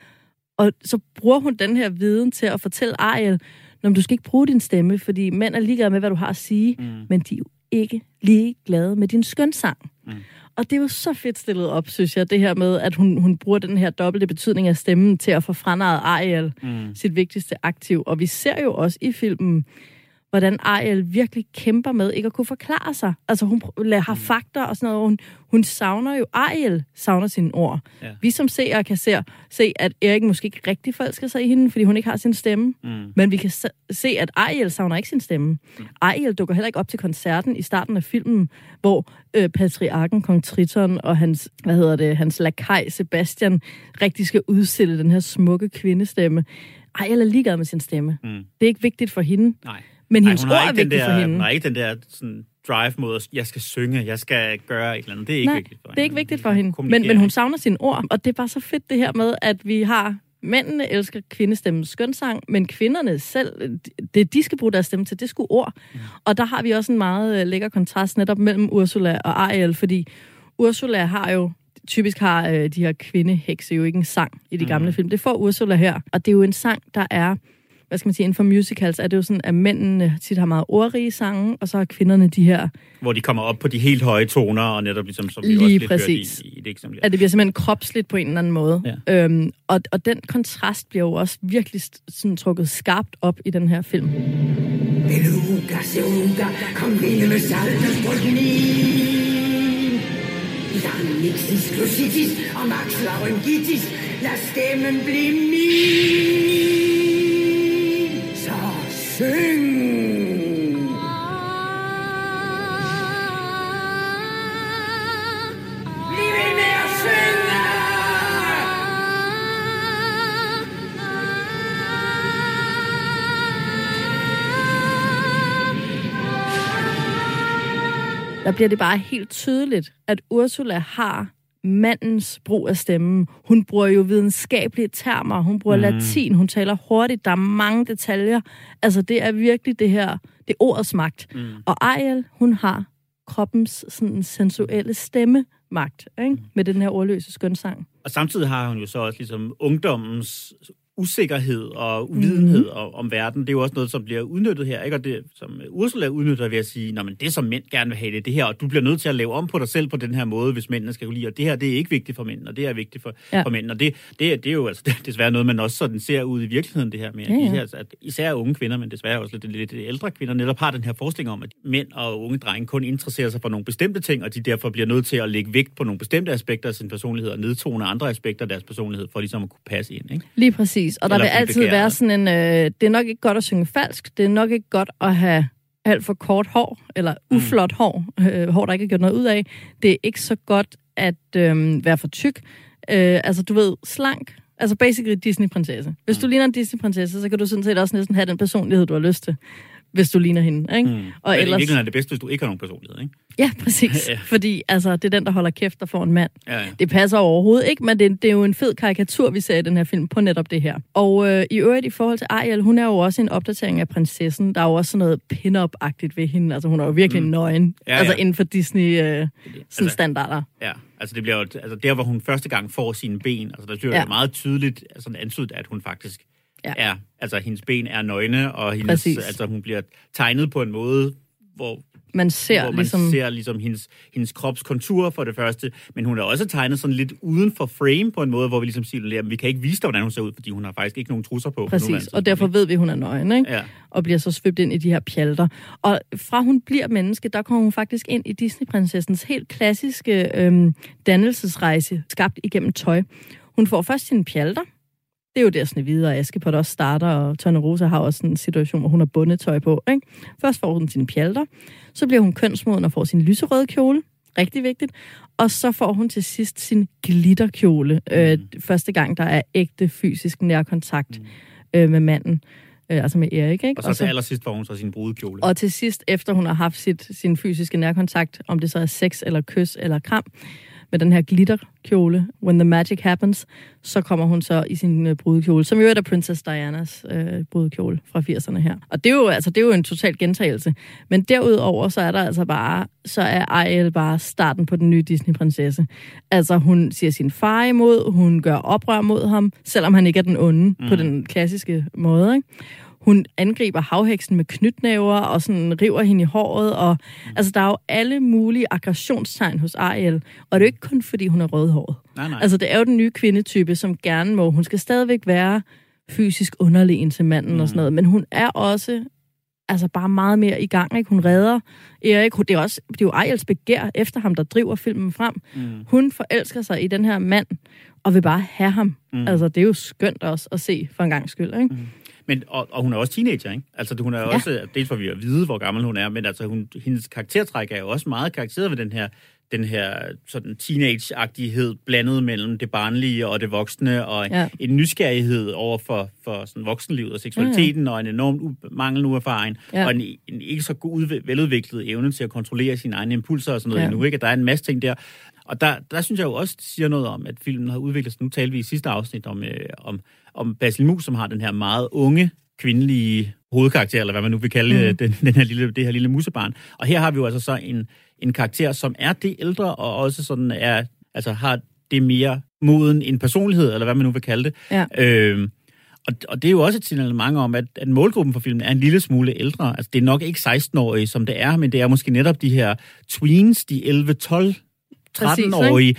Og så bruger hun den her viden til at fortælle Ariel, du skal ikke bruge din stemme, fordi mænd er ligeglade med, hvad du har at sige, men de er jo ikke ligeglade med din skønsang. Og det er jo så fedt stillet op, synes jeg, det her med, at hun bruger den her dobbelte betydning af stemmen til at få franarret Ariel sit vigtigste aktiv. Og vi ser jo også i filmen, hvordan Ariel virkelig kæmper med ikke at kunne forklare sig. Altså hun har fakter og sådan noget. Hun savner jo, Ariel savner sine ord. Ja. Vi som seere kan se, at Erik måske ikke rigtig forelsker sig i hende, fordi hun ikke har sin stemme. Men vi kan se, at Ariel savner ikke sin stemme. Ariel dukker heller ikke op til koncerten i starten af filmen, hvor patriarken Kong Triton og hans lakaj Sebastian rigtig skal udstille den her smukke kvindestemme. Ariel er ligeglad med sin stemme. Det er ikke vigtigt for hende.
Nej.
Men hendes ord er vigtigt for hende.
Hun har ikke den der sådan, drive mod, at jeg skal synge, jeg skal gøre et eller andet. Det er ikke vigtigt for hende.
Det er ikke vigtigt for hende. Men hun savner sine ord. Og det er bare så fedt det her med, at vi har... Mændene elsker kvindestemmens skønsang, men kvinderne selv, det de skal bruge deres stemme til, det er sgu ord. Og der har vi også en meget lækker kontrast netop mellem Ursula og Ariel, fordi Ursula typisk har de her kvindehekse jo ikke en sang i de gamle film. Det får Ursula her. Og det er jo en sang, der er... hvad skal man sige, inden for musicals, er det jo sådan, at mændene tit har meget ordrige sange, og så har kvinderne de her...
Hvor de kommer op på de helt høje toner, og netop ligesom, som vi også lidt hørte i det eksempel.
At det bliver simpelthen kropsligt på en eller anden måde.
Ja.
Og den kontrast bliver jo også virkelig sådan trukket skarpt op i den her film.
Beluga, Seruga, kom vinde med saltesbryggen i. Larynxis, glossitis og max laryngitis, lad stemmen blive min. Så syng! Bliv ved med at synge!
Der bliver det bare helt tydeligt, at Ursula har mandens brug af stemmen. Hun bruger jo videnskabelige termer, hun bruger latin, hun taler hurtigt, der er mange detaljer. Altså, det er virkelig det her, det er ordets magt. Og Ariel, hun har kroppens sådan sensuelle stemmemagt, ikke? Med den her ordløse skønsang.
Og samtidig har hun jo så også ligesom ungdommens usikkerhed og uvidenhed om verden. Det er jo også noget, som bliver udnyttet her, ikke? Og det, som Ursula udnytter ved at sige, nå, men det som mænd gerne vil have det her, og du bliver nødt til at lave om på dig selv på den her måde, hvis mændene skal kunne lide, og det her, det er ikke vigtigt for mænd, og det er vigtigt for mænd. Og det er jo altså desværre noget, man også sådan ser ud i virkeligheden, det her med, at især unge kvinder, men desværre også lidt ældre kvinder, netop har den her forestilling om, at mænd og unge drenge kun interesserer sig for nogle bestemte ting, og de derfor bliver nødt til at lægge vægt på nogle bestemte aspekter af sin personlighed, og nedtone andre aspekter af deres personlighed, for ligesom at kunne passe ind, ikke?
Lige præcis. Og der vil altid være sådan en... det er nok ikke godt at synge falsk. Det er nok ikke godt at have alt for kort hår, eller uflot hår. Hår, der ikke er gjort noget ud af. Det er ikke så godt at være for tyk. Altså, du ved, slank. Altså, basically Disney-prinsesse. Hvis du ligner en Disney-prinsesse, så kan du sådan set også næsten have den personlighed, du har lyst til. Hvis du ligner hende, ikke?
Og ellers... Det er det bedste, hvis du ikke har nogen personlighed, ikke?
Ja, præcis. Fordi altså, det er den, der holder kæft, der får en mand.
Ja.
Det passer overhovedet ikke, men det er jo en fed karikatur, vi ser i den her film på netop det her. Og i øvrigt i forhold til Ariel, hun er jo også en opdatering af prinsessen. Der er jo også sådan noget pin-up-agtigt ved hende. Altså hun er jo virkelig nøgen. Ja. Altså inden for Disney standarder.
Ja, altså det bliver jo, altså der, hvor hun første gang får sine ben, altså der bliver jo meget tydeligt sådan antydet, at hun faktisk er, altså hendes ben er nøgne, og hendes, altså hun bliver tegnet på en måde, hvor man ser ligesom hendes kropskontur for det første, men hun er også tegnet sådan lidt uden for frame på en måde, hvor vi ligesom siger, at vi kan ikke vise dig, hvordan hun ser ud, fordi hun har faktisk ikke nogen trusser på.
Præcis, og derfor ved vi, at hun er nøgen, ikke? Ja. Og bliver så svøbt ind i de her pjalter. Og fra hun bliver menneske, der kommer hun faktisk ind i Disney-prinsessens helt klassiske dannelsesrejse, skabt igennem tøj. Hun får først sine pjalter. Det er jo der Snehvide og Askepot også starter, og Tornerose har også en situation, hvor hun har bundetøj på, ikke? Først får hun sine pjalter, så bliver hun kønsmoden og får sin lyserøde kjole, rigtig vigtigt, og så får hun til sidst sin glitterkjole, første gang der er ægte fysisk nærkontakt med manden, altså med Erik, ikke?
Og så til allersidst får hun så sin brudekjole.
Og til sidst, efter hun har haft sin fysiske nærkontakt, om det så er sex eller kys eller kram, med den her glitterkjole, When the Magic Happens, så kommer hun så i sin brudekjole, som jo er Princess Dianas brudekjole fra 80'erne her. Og det er jo en total gentagelse. Men derudover, så er der altså bare, så er Ariel bare starten på den nye Disney-prinsesse. Altså, hun siger sin far imod, hun gør oprør mod ham, selvom han ikke er den onde på den klassiske måde, ikke? Hun angriber havheksen med knytnæver og sådan river hende i håret. Og, altså, der er jo alle mulige aggressionstegn hos Ariel. Og det er jo ikke kun, fordi hun er rødhåret.
Nej.
Altså, det er jo den nye kvindetype, som gerne må. Hun skal stadigvæk være fysisk underlegen til manden og sådan noget. Men hun er også altså bare meget mere i gang, ikke? Hun redder Erik. Det er jo Ariels begær efter ham, der driver filmen frem. Hun forelsker sig i den her mand og vil bare have ham. Altså, det er jo skønt også at se for en gangs skyld, ikke?
Men, og hun er også teenager, ikke? Altså, hun er også, dels for vi at vide, hvor gammel hun er, men altså, hendes karaktertræk er jo også meget karakteriseret ved den her sådan teenage-agtighed blandet mellem det barnlige og det voksne, og en nysgerrighed over for sådan voksenlivet og seksualiteten, og en enorm manglende uerfaring, og en ikke så god, veludviklet evne til at kontrollere sine egne impulser og sådan noget endnu, ikke? Der er en masse ting der. Og der synes jeg jo også, siger noget om, at filmen har udviklet sig. Nu talte vi i sidste afsnit om Basil Mus, som har den her meget unge, kvindelige hovedkarakter, eller hvad man nu vil kalde det her lille musebarn. Og her har vi jo altså så en karakter, som er det ældre, og også sådan har det mere moden en personlighed, eller hvad man nu vil kalde det. Ja. Og det er jo også et signalement om, at målgruppen for filmen er en lille smule ældre. Altså, det er nok ikke 16-årige, som det er, men det er måske netop de her tweens, de 11, 12, 13-årige.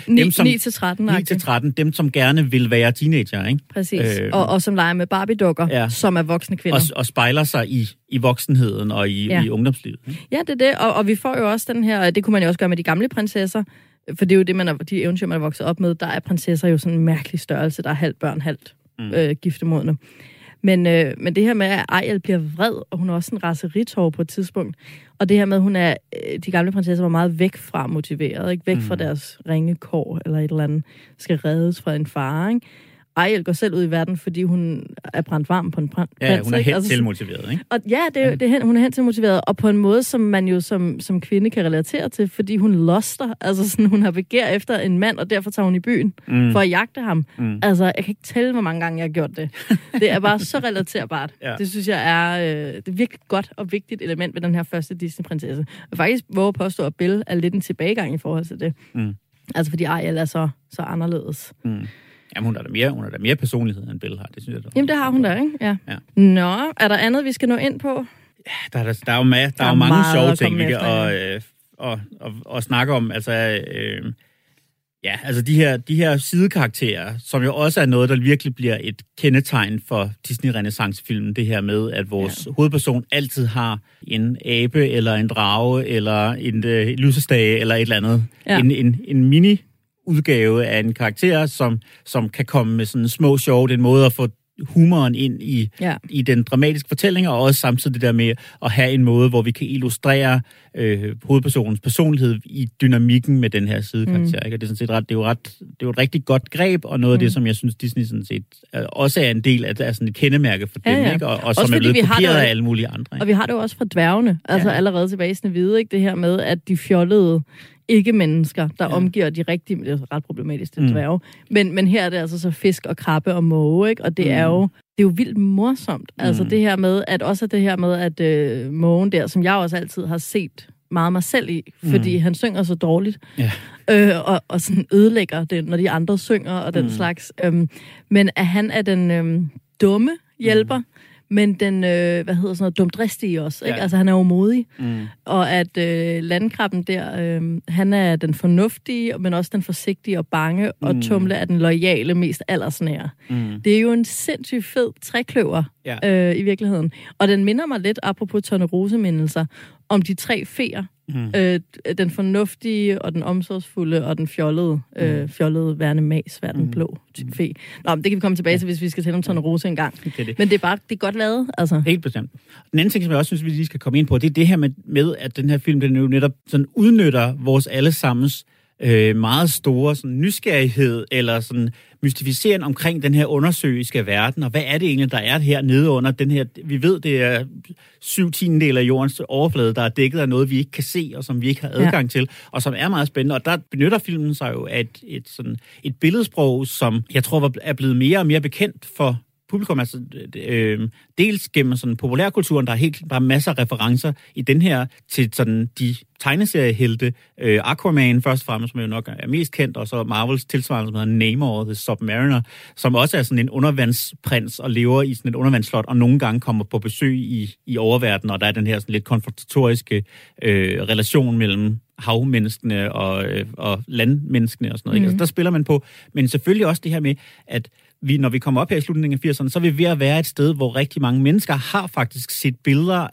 9-13, dem som gerne vil være teenager, ikke?
Præcis. Og som leger med Barbie-dukker, som er voksne kvinder.
Og spejler sig i voksenheden og i ungdomslivet. Ikke?
Ja, det er det. Og vi får jo også den her, det kunne man jo også gøre med de gamle prinsesser, for det er jo det, de eventyr, man er vokset op med, der er prinsesser jo sådan en mærkelig størrelse, der er halvt børn, halvt giftemodne. Men det her med, at Ariel bliver vred, og hun er også en raseritår på et tidspunkt, og det her med, at hun er, de gamle prinsesser var meget væk fra motiveret, ikke? Væk fra deres ringekår, eller et eller andet, skal reddes fra en far, ikke? Ariel går selv ud i verden, fordi hun er brændt varm på en prins.
Ja, hun er helt tilmotiveret, ikke?
Og hun er helt tilmotiveret, og på en måde, som man jo som kvinde kan relatere til, fordi hun luster, altså sådan, hun har begær efter en mand, og derfor tager hun i byen for at jagte ham. Altså, jeg kan ikke tælle, hvor mange gange jeg har gjort det. Det er bare så relaterbart. Ja. Det synes jeg er det virkelig godt og vigtigt element ved den her første Disney-prinsesse. Og faktisk våger påstå, at Belle er lidt en tilbagegang i forhold til det. Altså, fordi Ariel er så anderledes.
Jamen, hun er da mere personlighed, end Belle har. Det synes jeg.
Jamen, det har hun da, ikke? Ja. Nå, er der andet, vi skal nå ind på?
Ja, der er jo mange sjove ting, vi kan og snakke om. Altså, altså de her sidekarakterer, som jo også er noget, der virkelig bliver et kendetegn for Disney-renæssancefilmen. Det her med, at vores hovedperson altid har en abe, eller en drage, eller en lysestage, eller et eller andet. Ja. En mini udgave af en karakter, som kan komme med sådan små sjove, den måde at få humoren ind i den dramatiske fortælling, og også samtidig det der med at have en måde, hvor vi kan illustrere hovedpersonens personlighed i dynamikken med den her sidekarakter. Ikke? Og det er sådan set det er jo et rigtig godt greb, og noget af det, som jeg synes, Disney sådan set også er en del af sådan et kendemærke for dem, ikke? Og som er blevet kopieret af alle mulige andre. Ikke?
Og vi har det jo også fra dværgene, altså allerede tilbage i Snehvide, ikke? Det her med, at de fjollede ikke-mennesker, der omgiver de rigtige, det er ret problematisk, det dværge, men her er det altså så fisk og krabbe og måge, ikke? Og det er jo vildt morsomt. Altså det her med, at mågen der, som jeg også altid har set meget mig selv i, fordi han synger så dårligt, og sådan ødelægger det, når de andre synger, og den slags. Men at han er den dumme hjælper, men den, dumdristige også, ikke? Altså, han er jo modig. Og at landkrabben der, han er den fornuftige, men også den forsigtige og bange, og Tumle er den loyale, mest aldersnære. Det er jo en sindssygt fed trekløver i virkeligheden. Og den minder mig lidt, apropos Tornerose-mindelser, om de tre feer. Den fornuftige, og den omsorgsfulde, og den fjollede værende mas, den blå fe. Nå, men det kan vi komme tilbage til, hvis vi skal tale om Tornerose en gang. Men det er godt lavet, altså. Helt
bestemt. Den anden ting, som jeg også synes, vi lige skal komme ind på, det er det her med at den her film, den jo netop sådan udnytter vores allesammens meget store sådan, nysgerrighed, eller sådan mystificering omkring den her undersøiske verden, og hvad er det egentlig, der er her nede under den her, vi ved, det er 7/10 af jordens overflade, der er dækket af noget, vi ikke kan se, og som vi ikke har adgang til, og som er meget spændende, og der benytter filmen sig jo af et billedsprog, som jeg tror er blevet mere og mere bekendt for publikum, altså dels gennem sådan populærkulturen, der er masser af referencer i den her til sådan de tegneseriehelte, Aquaman først og fremmest, som jo nok er mest kendt, og så Marvels tilsvarende, som hedder Namor, The Submariner, som også er sådan en undervandsprins og lever i sådan et undervandsslot, og nogle gange kommer på besøg i oververdenen, og der er den her sådan lidt konfrontatoriske relation mellem havmenneskene og landmenneskene og sådan noget. Ikke? Altså, der spiller man på, men selvfølgelig også det her med, at når vi kommer op her i slutningen af 80'erne, så er vi ved at være et sted, hvor rigtig mange mennesker har faktisk set billeder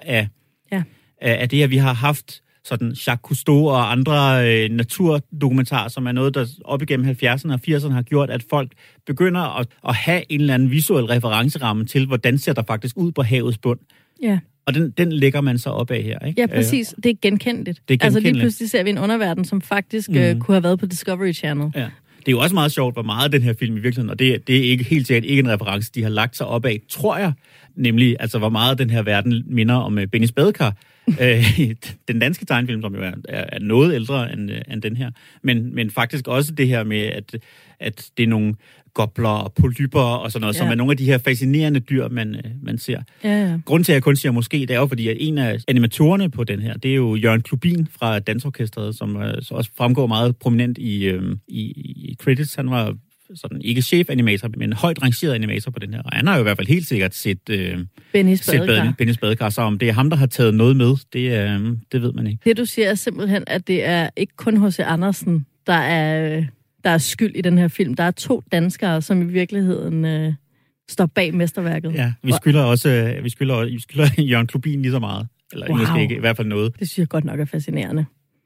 af det her. Vi har haft sådan Jacques Cousteau og andre naturdokumentarer, som er noget, der op igennem 70'erne og 80'erne har gjort, at folk begynder at have en eller anden visuel referenceramme til, hvordan ser der faktisk ud på havets bund. Ja. Og den lægger man så op af her, ikke?
Ja, præcis. Det er genkendeligt. Altså lige pludselig ser vi en underverden, som faktisk kunne have været på Discovery Channel. Ja.
Det er jo også meget sjovt, hvor meget den her film i virkeligheden, og det er ikke helt sikkert ikke en reference, de har lagt sig op af, tror jeg, nemlig altså hvor meget den her verden minder om Benny's Badekar, den danske tegnefilm, som jo er noget ældre end den her, men faktisk også det her med, at det er nogle gobler og polypper og sådan noget, som er nogle af de her fascinerende dyr, man ser. Ja. Grunden til, at jeg kun siger måske, det er jo fordi, at en af animatorerne på den her, det er jo Jørgen Klubin fra Dansorkestret, som så også fremgår meget prominent i credits. Han var sådan ikke chef-animator, men højt rangeret animator på den her. Og han har jo i hvert fald helt sikkert set Bennys Badekar, så om det er ham, der har taget noget med, det ved man ikke.
Det du siger er simpelthen, at det er ikke kun H.C. Andersen, der er skyld i den her film. Der er 2 danskere, som i virkeligheden står bag mesterværket.
Ja, vi skylder Jørgen Klubin lige så meget. Eller måske ikke, i hvert fald noget.
Det synes jeg godt nok er fascinerende.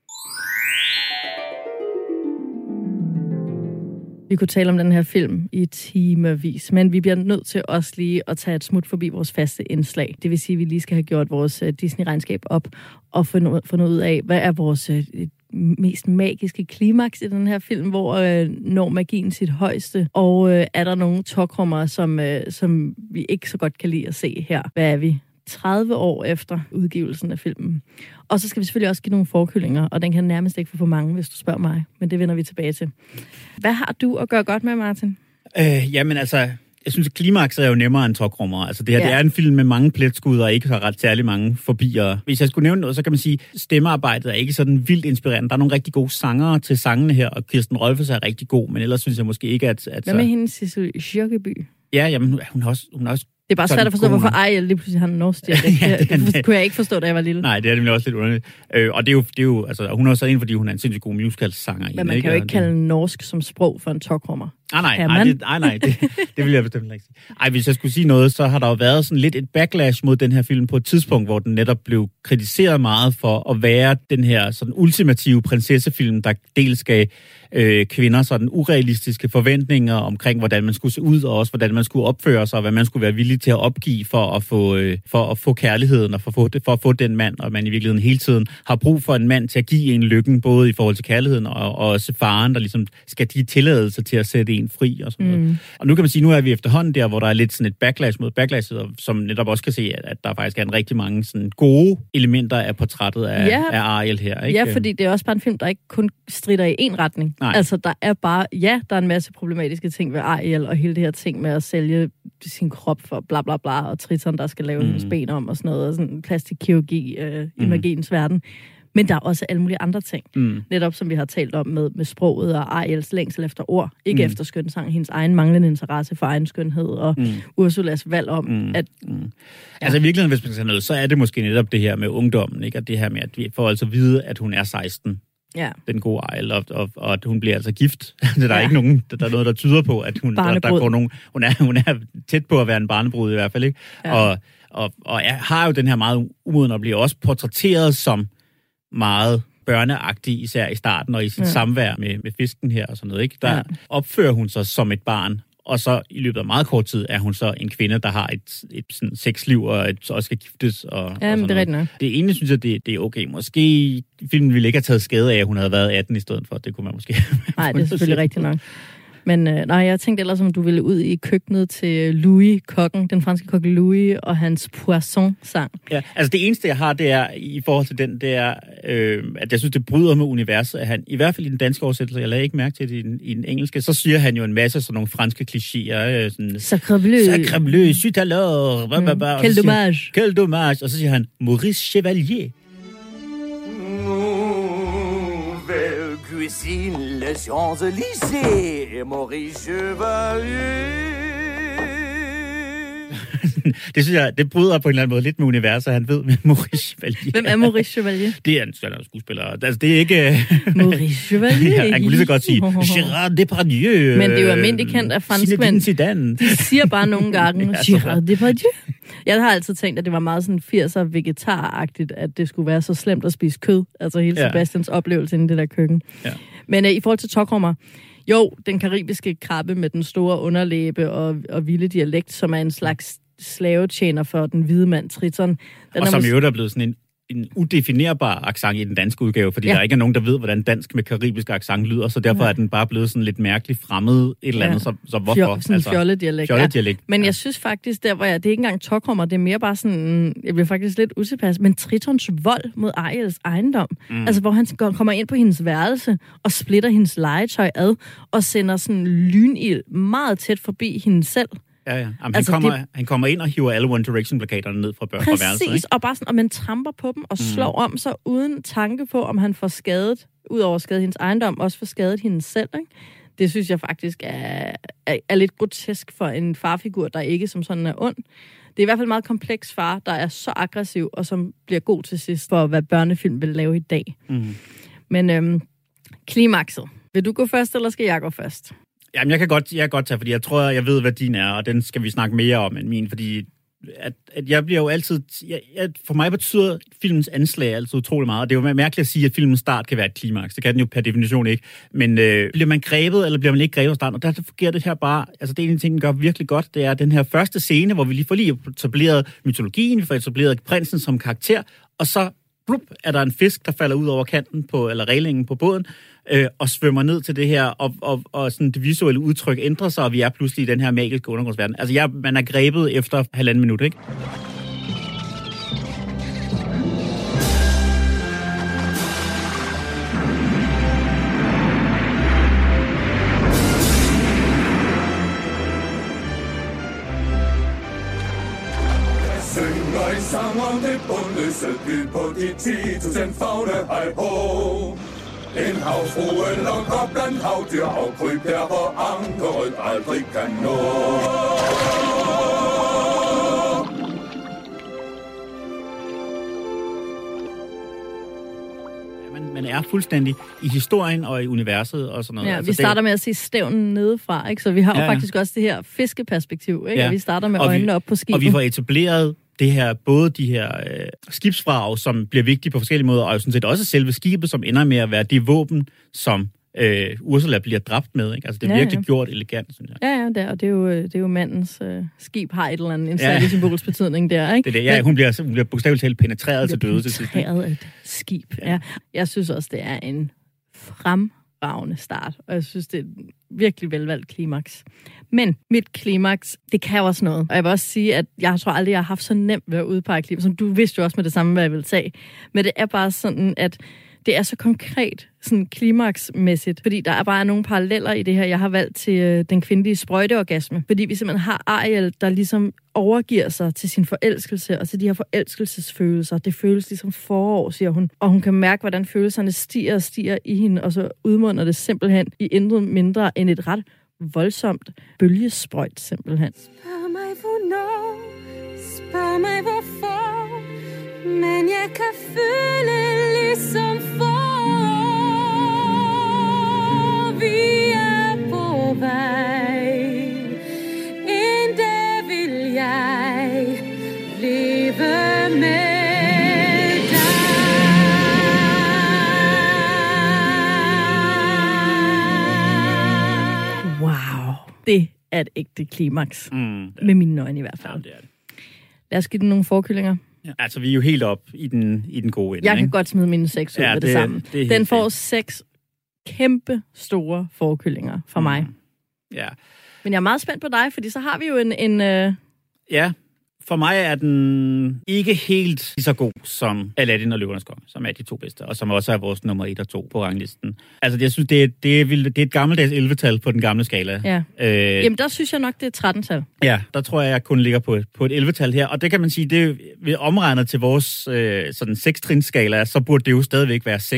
Vi kunne tale om den her film i timevis, men vi bliver nødt til også lige at tage et smut forbi vores faste indslag. Det vil sige, at vi lige skal have gjort vores Disney-regnskab op og fundet ud af, hvad er vores mest magiske klimaks i den her film, hvor når magien sit højeste, og er der nogle tokrummer, som vi ikke så godt kan lide at se her. Hvad er vi? 30 år efter udgivelsen af filmen. Og så skal vi selvfølgelig også give nogle forkyllinger, og den kan nærmest ikke få for mange, hvis du spørger mig. Men det vender vi tilbage til. Hvad har du at gøre godt med, Martin?
Jamen altså, jeg synes, at klimakset er jo nemmere end tokrummer. Altså det her, det er en film med mange pletskud og ikke har ret særlig mange forbier. Hvis jeg skulle nævne noget, så kan man sige, at stemmearbejdet er ikke sådan vildt inspirerende. Der er nogle rigtig gode sangere til sangene her, og Kirsten Rolfes er rigtig god, men ellers synes jeg måske ikke, at
Hvad med hende, Sissel Kyrkjebø?
Ja, jamen, hun er også
det er bare svært at forstå, hvorfor Ariel lige pludselig har en norsk dialekt. Det kunne jeg ikke forstå, da jeg var lille.
Nej, det er nemlig også lidt underligt. Og det er jo altså, hun er også ind, fordi hun er en sindssygt god musical-sanger.
Men man kan jo ikke kalde norsk som sprog for en tokrummer.
Nej, det vil jeg bestemt ikke sige. Ej, hvis jeg skulle sige noget, så har der jo været sådan lidt et backlash mod den her film på et tidspunkt, hvor den netop blev kritiseret meget for at være den her sådan ultimative prinsessefilm, der dels gav kvinder sådan urealistiske forventninger omkring, hvordan man skulle se ud, og også hvordan man skulle opføre sig, og hvad man skulle være villig til at opgive for at få kærligheden, og for at få den mand, og man i virkeligheden hele tiden har brug for en mand til at give en lykken, både i forhold til kærligheden, og også faren, der ligesom skal give tilladelse til at sætte en fri, og sådan noget. Og nu kan man sige, nu er vi efterhånden der, hvor der er lidt sådan et backlash mod backlashet, som netop også kan se, at der faktisk er en rigtig mange sådan gode elementer af portrættet af Ariel her. Ikke?
Ja, fordi det er også bare en film, der ikke kun strider i én retning. Nej. Altså, der er bare, der er en masse problematiske ting ved Ariel, og hele det her ting med at sælge sin krop for bla bla bla, og Triton, der skal lave hendes ben om, og sådan noget, og sådan plastikkirurgi i magiens verden. Men der er også alle mulige andre ting. Netop som vi har talt om med sproget og Ariels længsel efter ord. Ikke efter skønsang, hendes egen manglende interesse for egen skønhed, og Ursulas valg om, at...
Altså i virkeligheden, hvis man skal noget, så er det måske netop det her med ungdommen, ikke? Og det her med, at vi får altså vide, at hun er 16. Ja. Den gode Ariel, og at hun bliver altså gift. Der er ikke nogen, der er noget, der tyder på, at hun går nogen... Hun er tæt på at være en barnebrud i hvert fald, ikke? Ja. Og har jo den her meget umoden og bliver også portrætteret som meget børneagtig, især i starten og i sit samvær med fisken her og sådan noget, ikke? Der opfører hun sig som et barn, og så i løbet af meget kort tid er hun så en kvinde, der har et sådan sexliv og også skal giftes. Og
det er rigtigt nok.
Det ene synes jeg, det er okay. Måske filmen ville ikke have taget skade af, at hun havde været 18 i stedet for. Det kunne man måske...
Nej, det er selvfølgelig rigtigt nok. Men jeg tænkte ellers, om du ville ud i køkkenet til Louis, kokken, den franske kok Louis, og hans Poisson-sang.
Ja, altså det eneste, jeg har, det er, i forhold til den, det er, at jeg synes, det bryder med universet, at han, i hvert fald i den danske oversættelse, jeg lagde ikke mærke til det i den engelske, så siger han jo en masse sådan nogle franske klichéer.
Sacre bleu,
zut alors,
quel dommage.
Quel dommage. Og så siger han, Maurice Chevalier.
Cuisine, les Champs-Élysées, Maurice Chevalier.
Det synes jeg, det bryder på en eller anden måde lidt med universet, han ved med Maurice Chevalier.
Hvem er Maurice Chevalier?
Det er en skuespiller. Altså, det er ikke...
Maurice Chevalier?
Han kunne lige så godt sige Gérard Depardieu.
Men det er jo almindeligt kendt af franskmænd. De siger bare nogle gange Gérard Depardieu. Jeg har altid tænkt, at det var meget sådan 80'er vegetaragtigt, at det skulle være så slemt at spise kød. Altså hele Sebastians oplevelse inde i det der køkken. Ja. Men i forhold til tokrummer, jo, den karibiske krabbe med den store underlæbe og vilde dialekt, som er en slags slavetjener for den hvide mand Triton.
Og som jo er blevet sådan en udefinerbar accent i den danske udgave, fordi der ikke er nogen, der ved, hvordan dansk med karibisk accent lyder, så derfor er den bare blevet sådan lidt mærkeligt fremmed et eller andet, så hvorfor?
Sådan en fjolledialekt. Men jeg synes faktisk, det er ikke engang tokrummer, det er mere bare sådan, jeg bliver faktisk lidt utilpas, men Tritons vold mod Ariels ejendom, altså hvor han kommer ind på hendes værelse og splitter hendes legetøj ad, og sender sådan lynild meget tæt forbi hende selv.
Ja. Jamen, altså, han kommer ind og hiver alle One Direction-plakaterne ned fra værelset.
Præcis, og bare sådan, og man tramper på dem og slår om sig uden tanke på, om han får skadet, udover skadet hendes ejendom, også får skadet hende selv, ikke? Det synes jeg faktisk er lidt grotesk for en farfigur, der ikke som sådan er ond. Det er i hvert fald en meget kompleks far, der er så aggressiv, og som bliver god til sidst for, hvad børnefilm vil lave i dag. Men klimakset. Vil du gå først, eller skal jeg gå først?
Jamen, jeg kan godt tage, fordi jeg tror, jeg ved, hvad din er, og den skal vi snakke mere om end min, fordi at jeg bliver jo altid... for mig betyder filmens anslag altid utrolig meget. Det er jo mærkeligt at sige, at filmens start kan være et klimaks. Det kan den jo per definition ikke. Men bliver man grebet, eller bliver man ikke grebet af starten? Og der fungerer det her bare... Altså, det er en ting, den gør virkelig godt. Det er den her første scene, hvor vi lige får etableret mytologien, vi får etableret prinsen som karakter, og så er der en fisk, der falder ud over kanten eller reglingen på båden, og svømmer ned til det her, og sådan det visuelle udtryk ændrer sig, og vi er pludselig i den her magiske undergrundsverden. Altså, man er grebet efter 1,5 minut, ikke?
Synger i sang om det bundløse byd på de 10.000 fagne hej på. En havfrue lokker blandt havdyr og kryb der, hvor ankeret aldrig kan nå.
Man er fuldstændig i historien og i universet og sådan noget.
Ja, altså, vi starter med at se stævnen nedefra, ikke? Så vi har jo faktisk også det her fiskeperspektiv, ikke? Ja. Og vi starter med øjnene op på skibet.
Og vi får etableret det her, både de her skibsvrag, som bliver vigtige på forskellige måder, og jo sådan set også selve skibet, som ender med at være det våben, som Ursula bliver dræbt med, ikke? Altså, det er virkelig gjort elegant, synes jeg.
Ja, og det er jo mandens skib har et eller andet, en særlig symbolsk betydning der, ikke?
Det er det. Ja, hun bliver bogstaveligt talt penetreret til døde til sidst.
Penetreret af et skib, ja. Jeg synes også, det er en fremragende start, og jeg synes, det er et virkelig velvalgt klimaks. Men mit klimaks, det kan også noget. Og jeg vil også sige, at jeg tror aldrig, jeg har haft så nemt ved at udpege klimaks, som du vidste jo også med det samme, hvad jeg ville tage. Men det er bare sådan, at det er så konkret, sådan klimaksmæssigt, fordi der er bare nogle paralleller i det her. Jeg har valgt til den kvindelige sprøjteorgasme, fordi vi simpelthen har Ariel, der ligesom overgiver sig til sin forelskelse og til de her forelskelsesfølelser. Det føles ligesom forår, siger hun. Og hun kan mærke, hvordan følelserne stiger og stiger i hende, og så udmunder det simpelthen i intet mindre end et ret voldsomt bølgesprøjt, simpelthen.
Spørg mig hvornår, spørg mig hvorfor, men jeg kan føle ligesom for. Vi er på vej, en dag vil jeg leve med dig.
Wow, det er et ægte klimaks. Med mine øjne i hvert fald.
Ja, det er det.
Lad os give den nogle forkyllinger.
Ja, altså, vi er jo helt op i den gode ende.
Jeg kan godt smide mine 6 ud med det samme. Den får 6 kæmpe store forkyllinger fra mig.
Ja.
Men jeg er meget spændt på dig, fordi så har vi jo en
Ja, for mig er den ikke helt lige så god som Aladdin og Løvernes Konge, som er de 2 bedste, og som også er vores nummer 1 og 2 på ranglisten. Altså, jeg synes, det er et gammeldags 11-tal på den gamle skala.
Ja. Jamen, der synes jeg nok, det er 13-tal.
Ja, der tror jeg kun ligger på et 11-tal her, og det kan man sige, det ved omregnet til vores sådan 6-trinsskala, så burde det jo stadigvæk være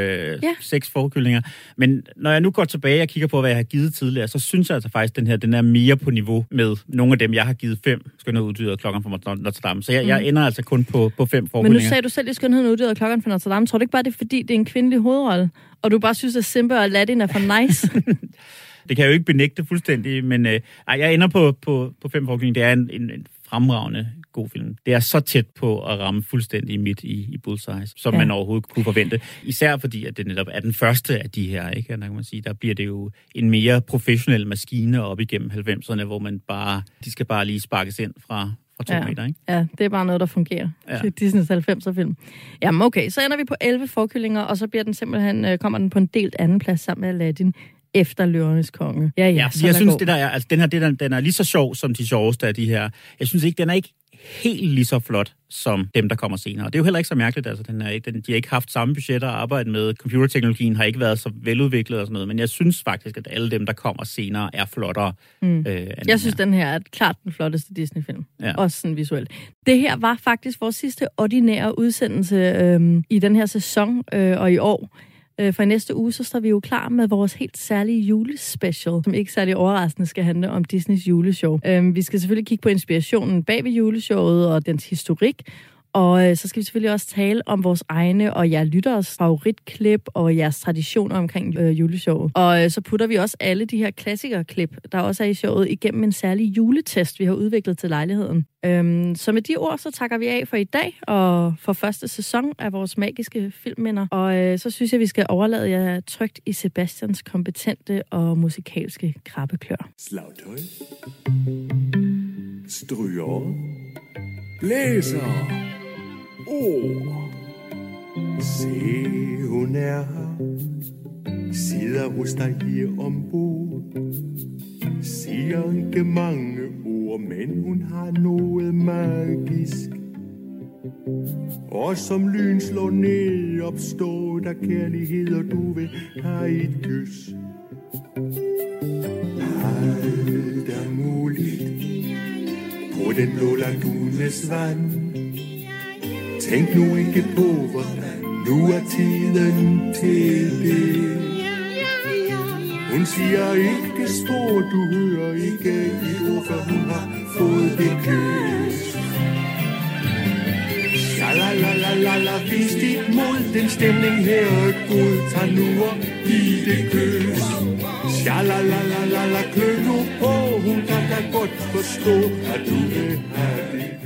6 forkyllinger. Men når jeg nu går tilbage og kigger på, hvad jeg har givet tidligere, så synes jeg altså faktisk, den er mere på niveau med nogle af dem, jeg har givet 5 skønne uddyret klokken fra Notre Dame. Så jeg ender altså kun på 5 forkyllinger.
Men nu sagde du selv i skønheden uddyret klokken fra Notre Dame. Tror du ikke bare, det er fordi, det er en kvindelig hovedrolle, og du bare synes, at Simba og Aladdin er for nice?
Det kan jeg jo ikke benægte fuldstændig, men jeg ender på 5 forkyllinger. Det er en fremragende god film. Det er så tæt på at ramme fuldstændig midt i bullseye, som man overhovedet kunne forvente. Især fordi, at det netop er den første af de her, ikke? Der kan man sige, der bliver det jo en mere professionel maskine op igennem 90'erne, hvor de skal bare lige sparkes ind fra 2 meter, ikke? Ja,
det er bare noget, der fungerer. Ja. Det er Disneys 90'er-film. Jamen okay, så ender vi på 11 forkyllinger, og så bliver den simpelthen, kommer den på en delt anden plads sammen med Aladdin efter Løvernes Konge. Ja,
jeg synes, det der er, altså den er lige så sjov som de sjoveste af de her. Jeg synes ikke, den er ikke helt lige så flot som dem, der kommer senere. Og det er jo heller ikke så mærkeligt, altså de har ikke haft samme budget at arbejde med. Computerteknologien har ikke været så veludviklet og sådan noget, men jeg synes faktisk, at alle dem, der kommer senere, er flottere.
Jeg synes, den her er klart den flotteste Disney-film. Ja. Også sådan visuelt. Det her var faktisk vores sidste ordinære udsendelse i den her sæson og i år. For i næste uge, så står vi jo klar med vores helt særlige julespecial, som ikke særlig overraskende skal handle om Disneys juleshow. Vi skal selvfølgelig kigge på inspirationen bag ved juleshowet og dens historik. Og så skal vi selvfølgelig også tale om vores egne og jeres lytteres favoritklip og jeres traditioner omkring juleshowet. Og så putter vi også alle de her klassikerklip, der også er i showet, igennem en særlig juletest, vi har udviklet til lejligheden. Så med de ord, så takker vi af for i dag og for første sæson af vores magiske filmminder. Og så synes jeg, vi skal overlade jer trygt i Sebastians kompetente og musikalske krabbeklør.
Slagtøj. Stryger. Blæser. Se, hun er her. Sidder hos dig her ombord. Siger ikke mange ord, men hun har noget magisk. Og som lyn slår ned, opstår der kærlighed, og du vil have et kys. Alt er muligt på den blå lagunes vand. Tænk nu ikke på, hvordan nu er tiden til det. Hun siger ikke spor, du hører ikke et ord, for hun har fået det kys. Sha-la-la-la-la-la, vis dit mod, den stemning her er god. Tag nu og giv det kys. Sha-la-la-la-la-la, klø nu på, hun kan da godt forstå, at du vil have det.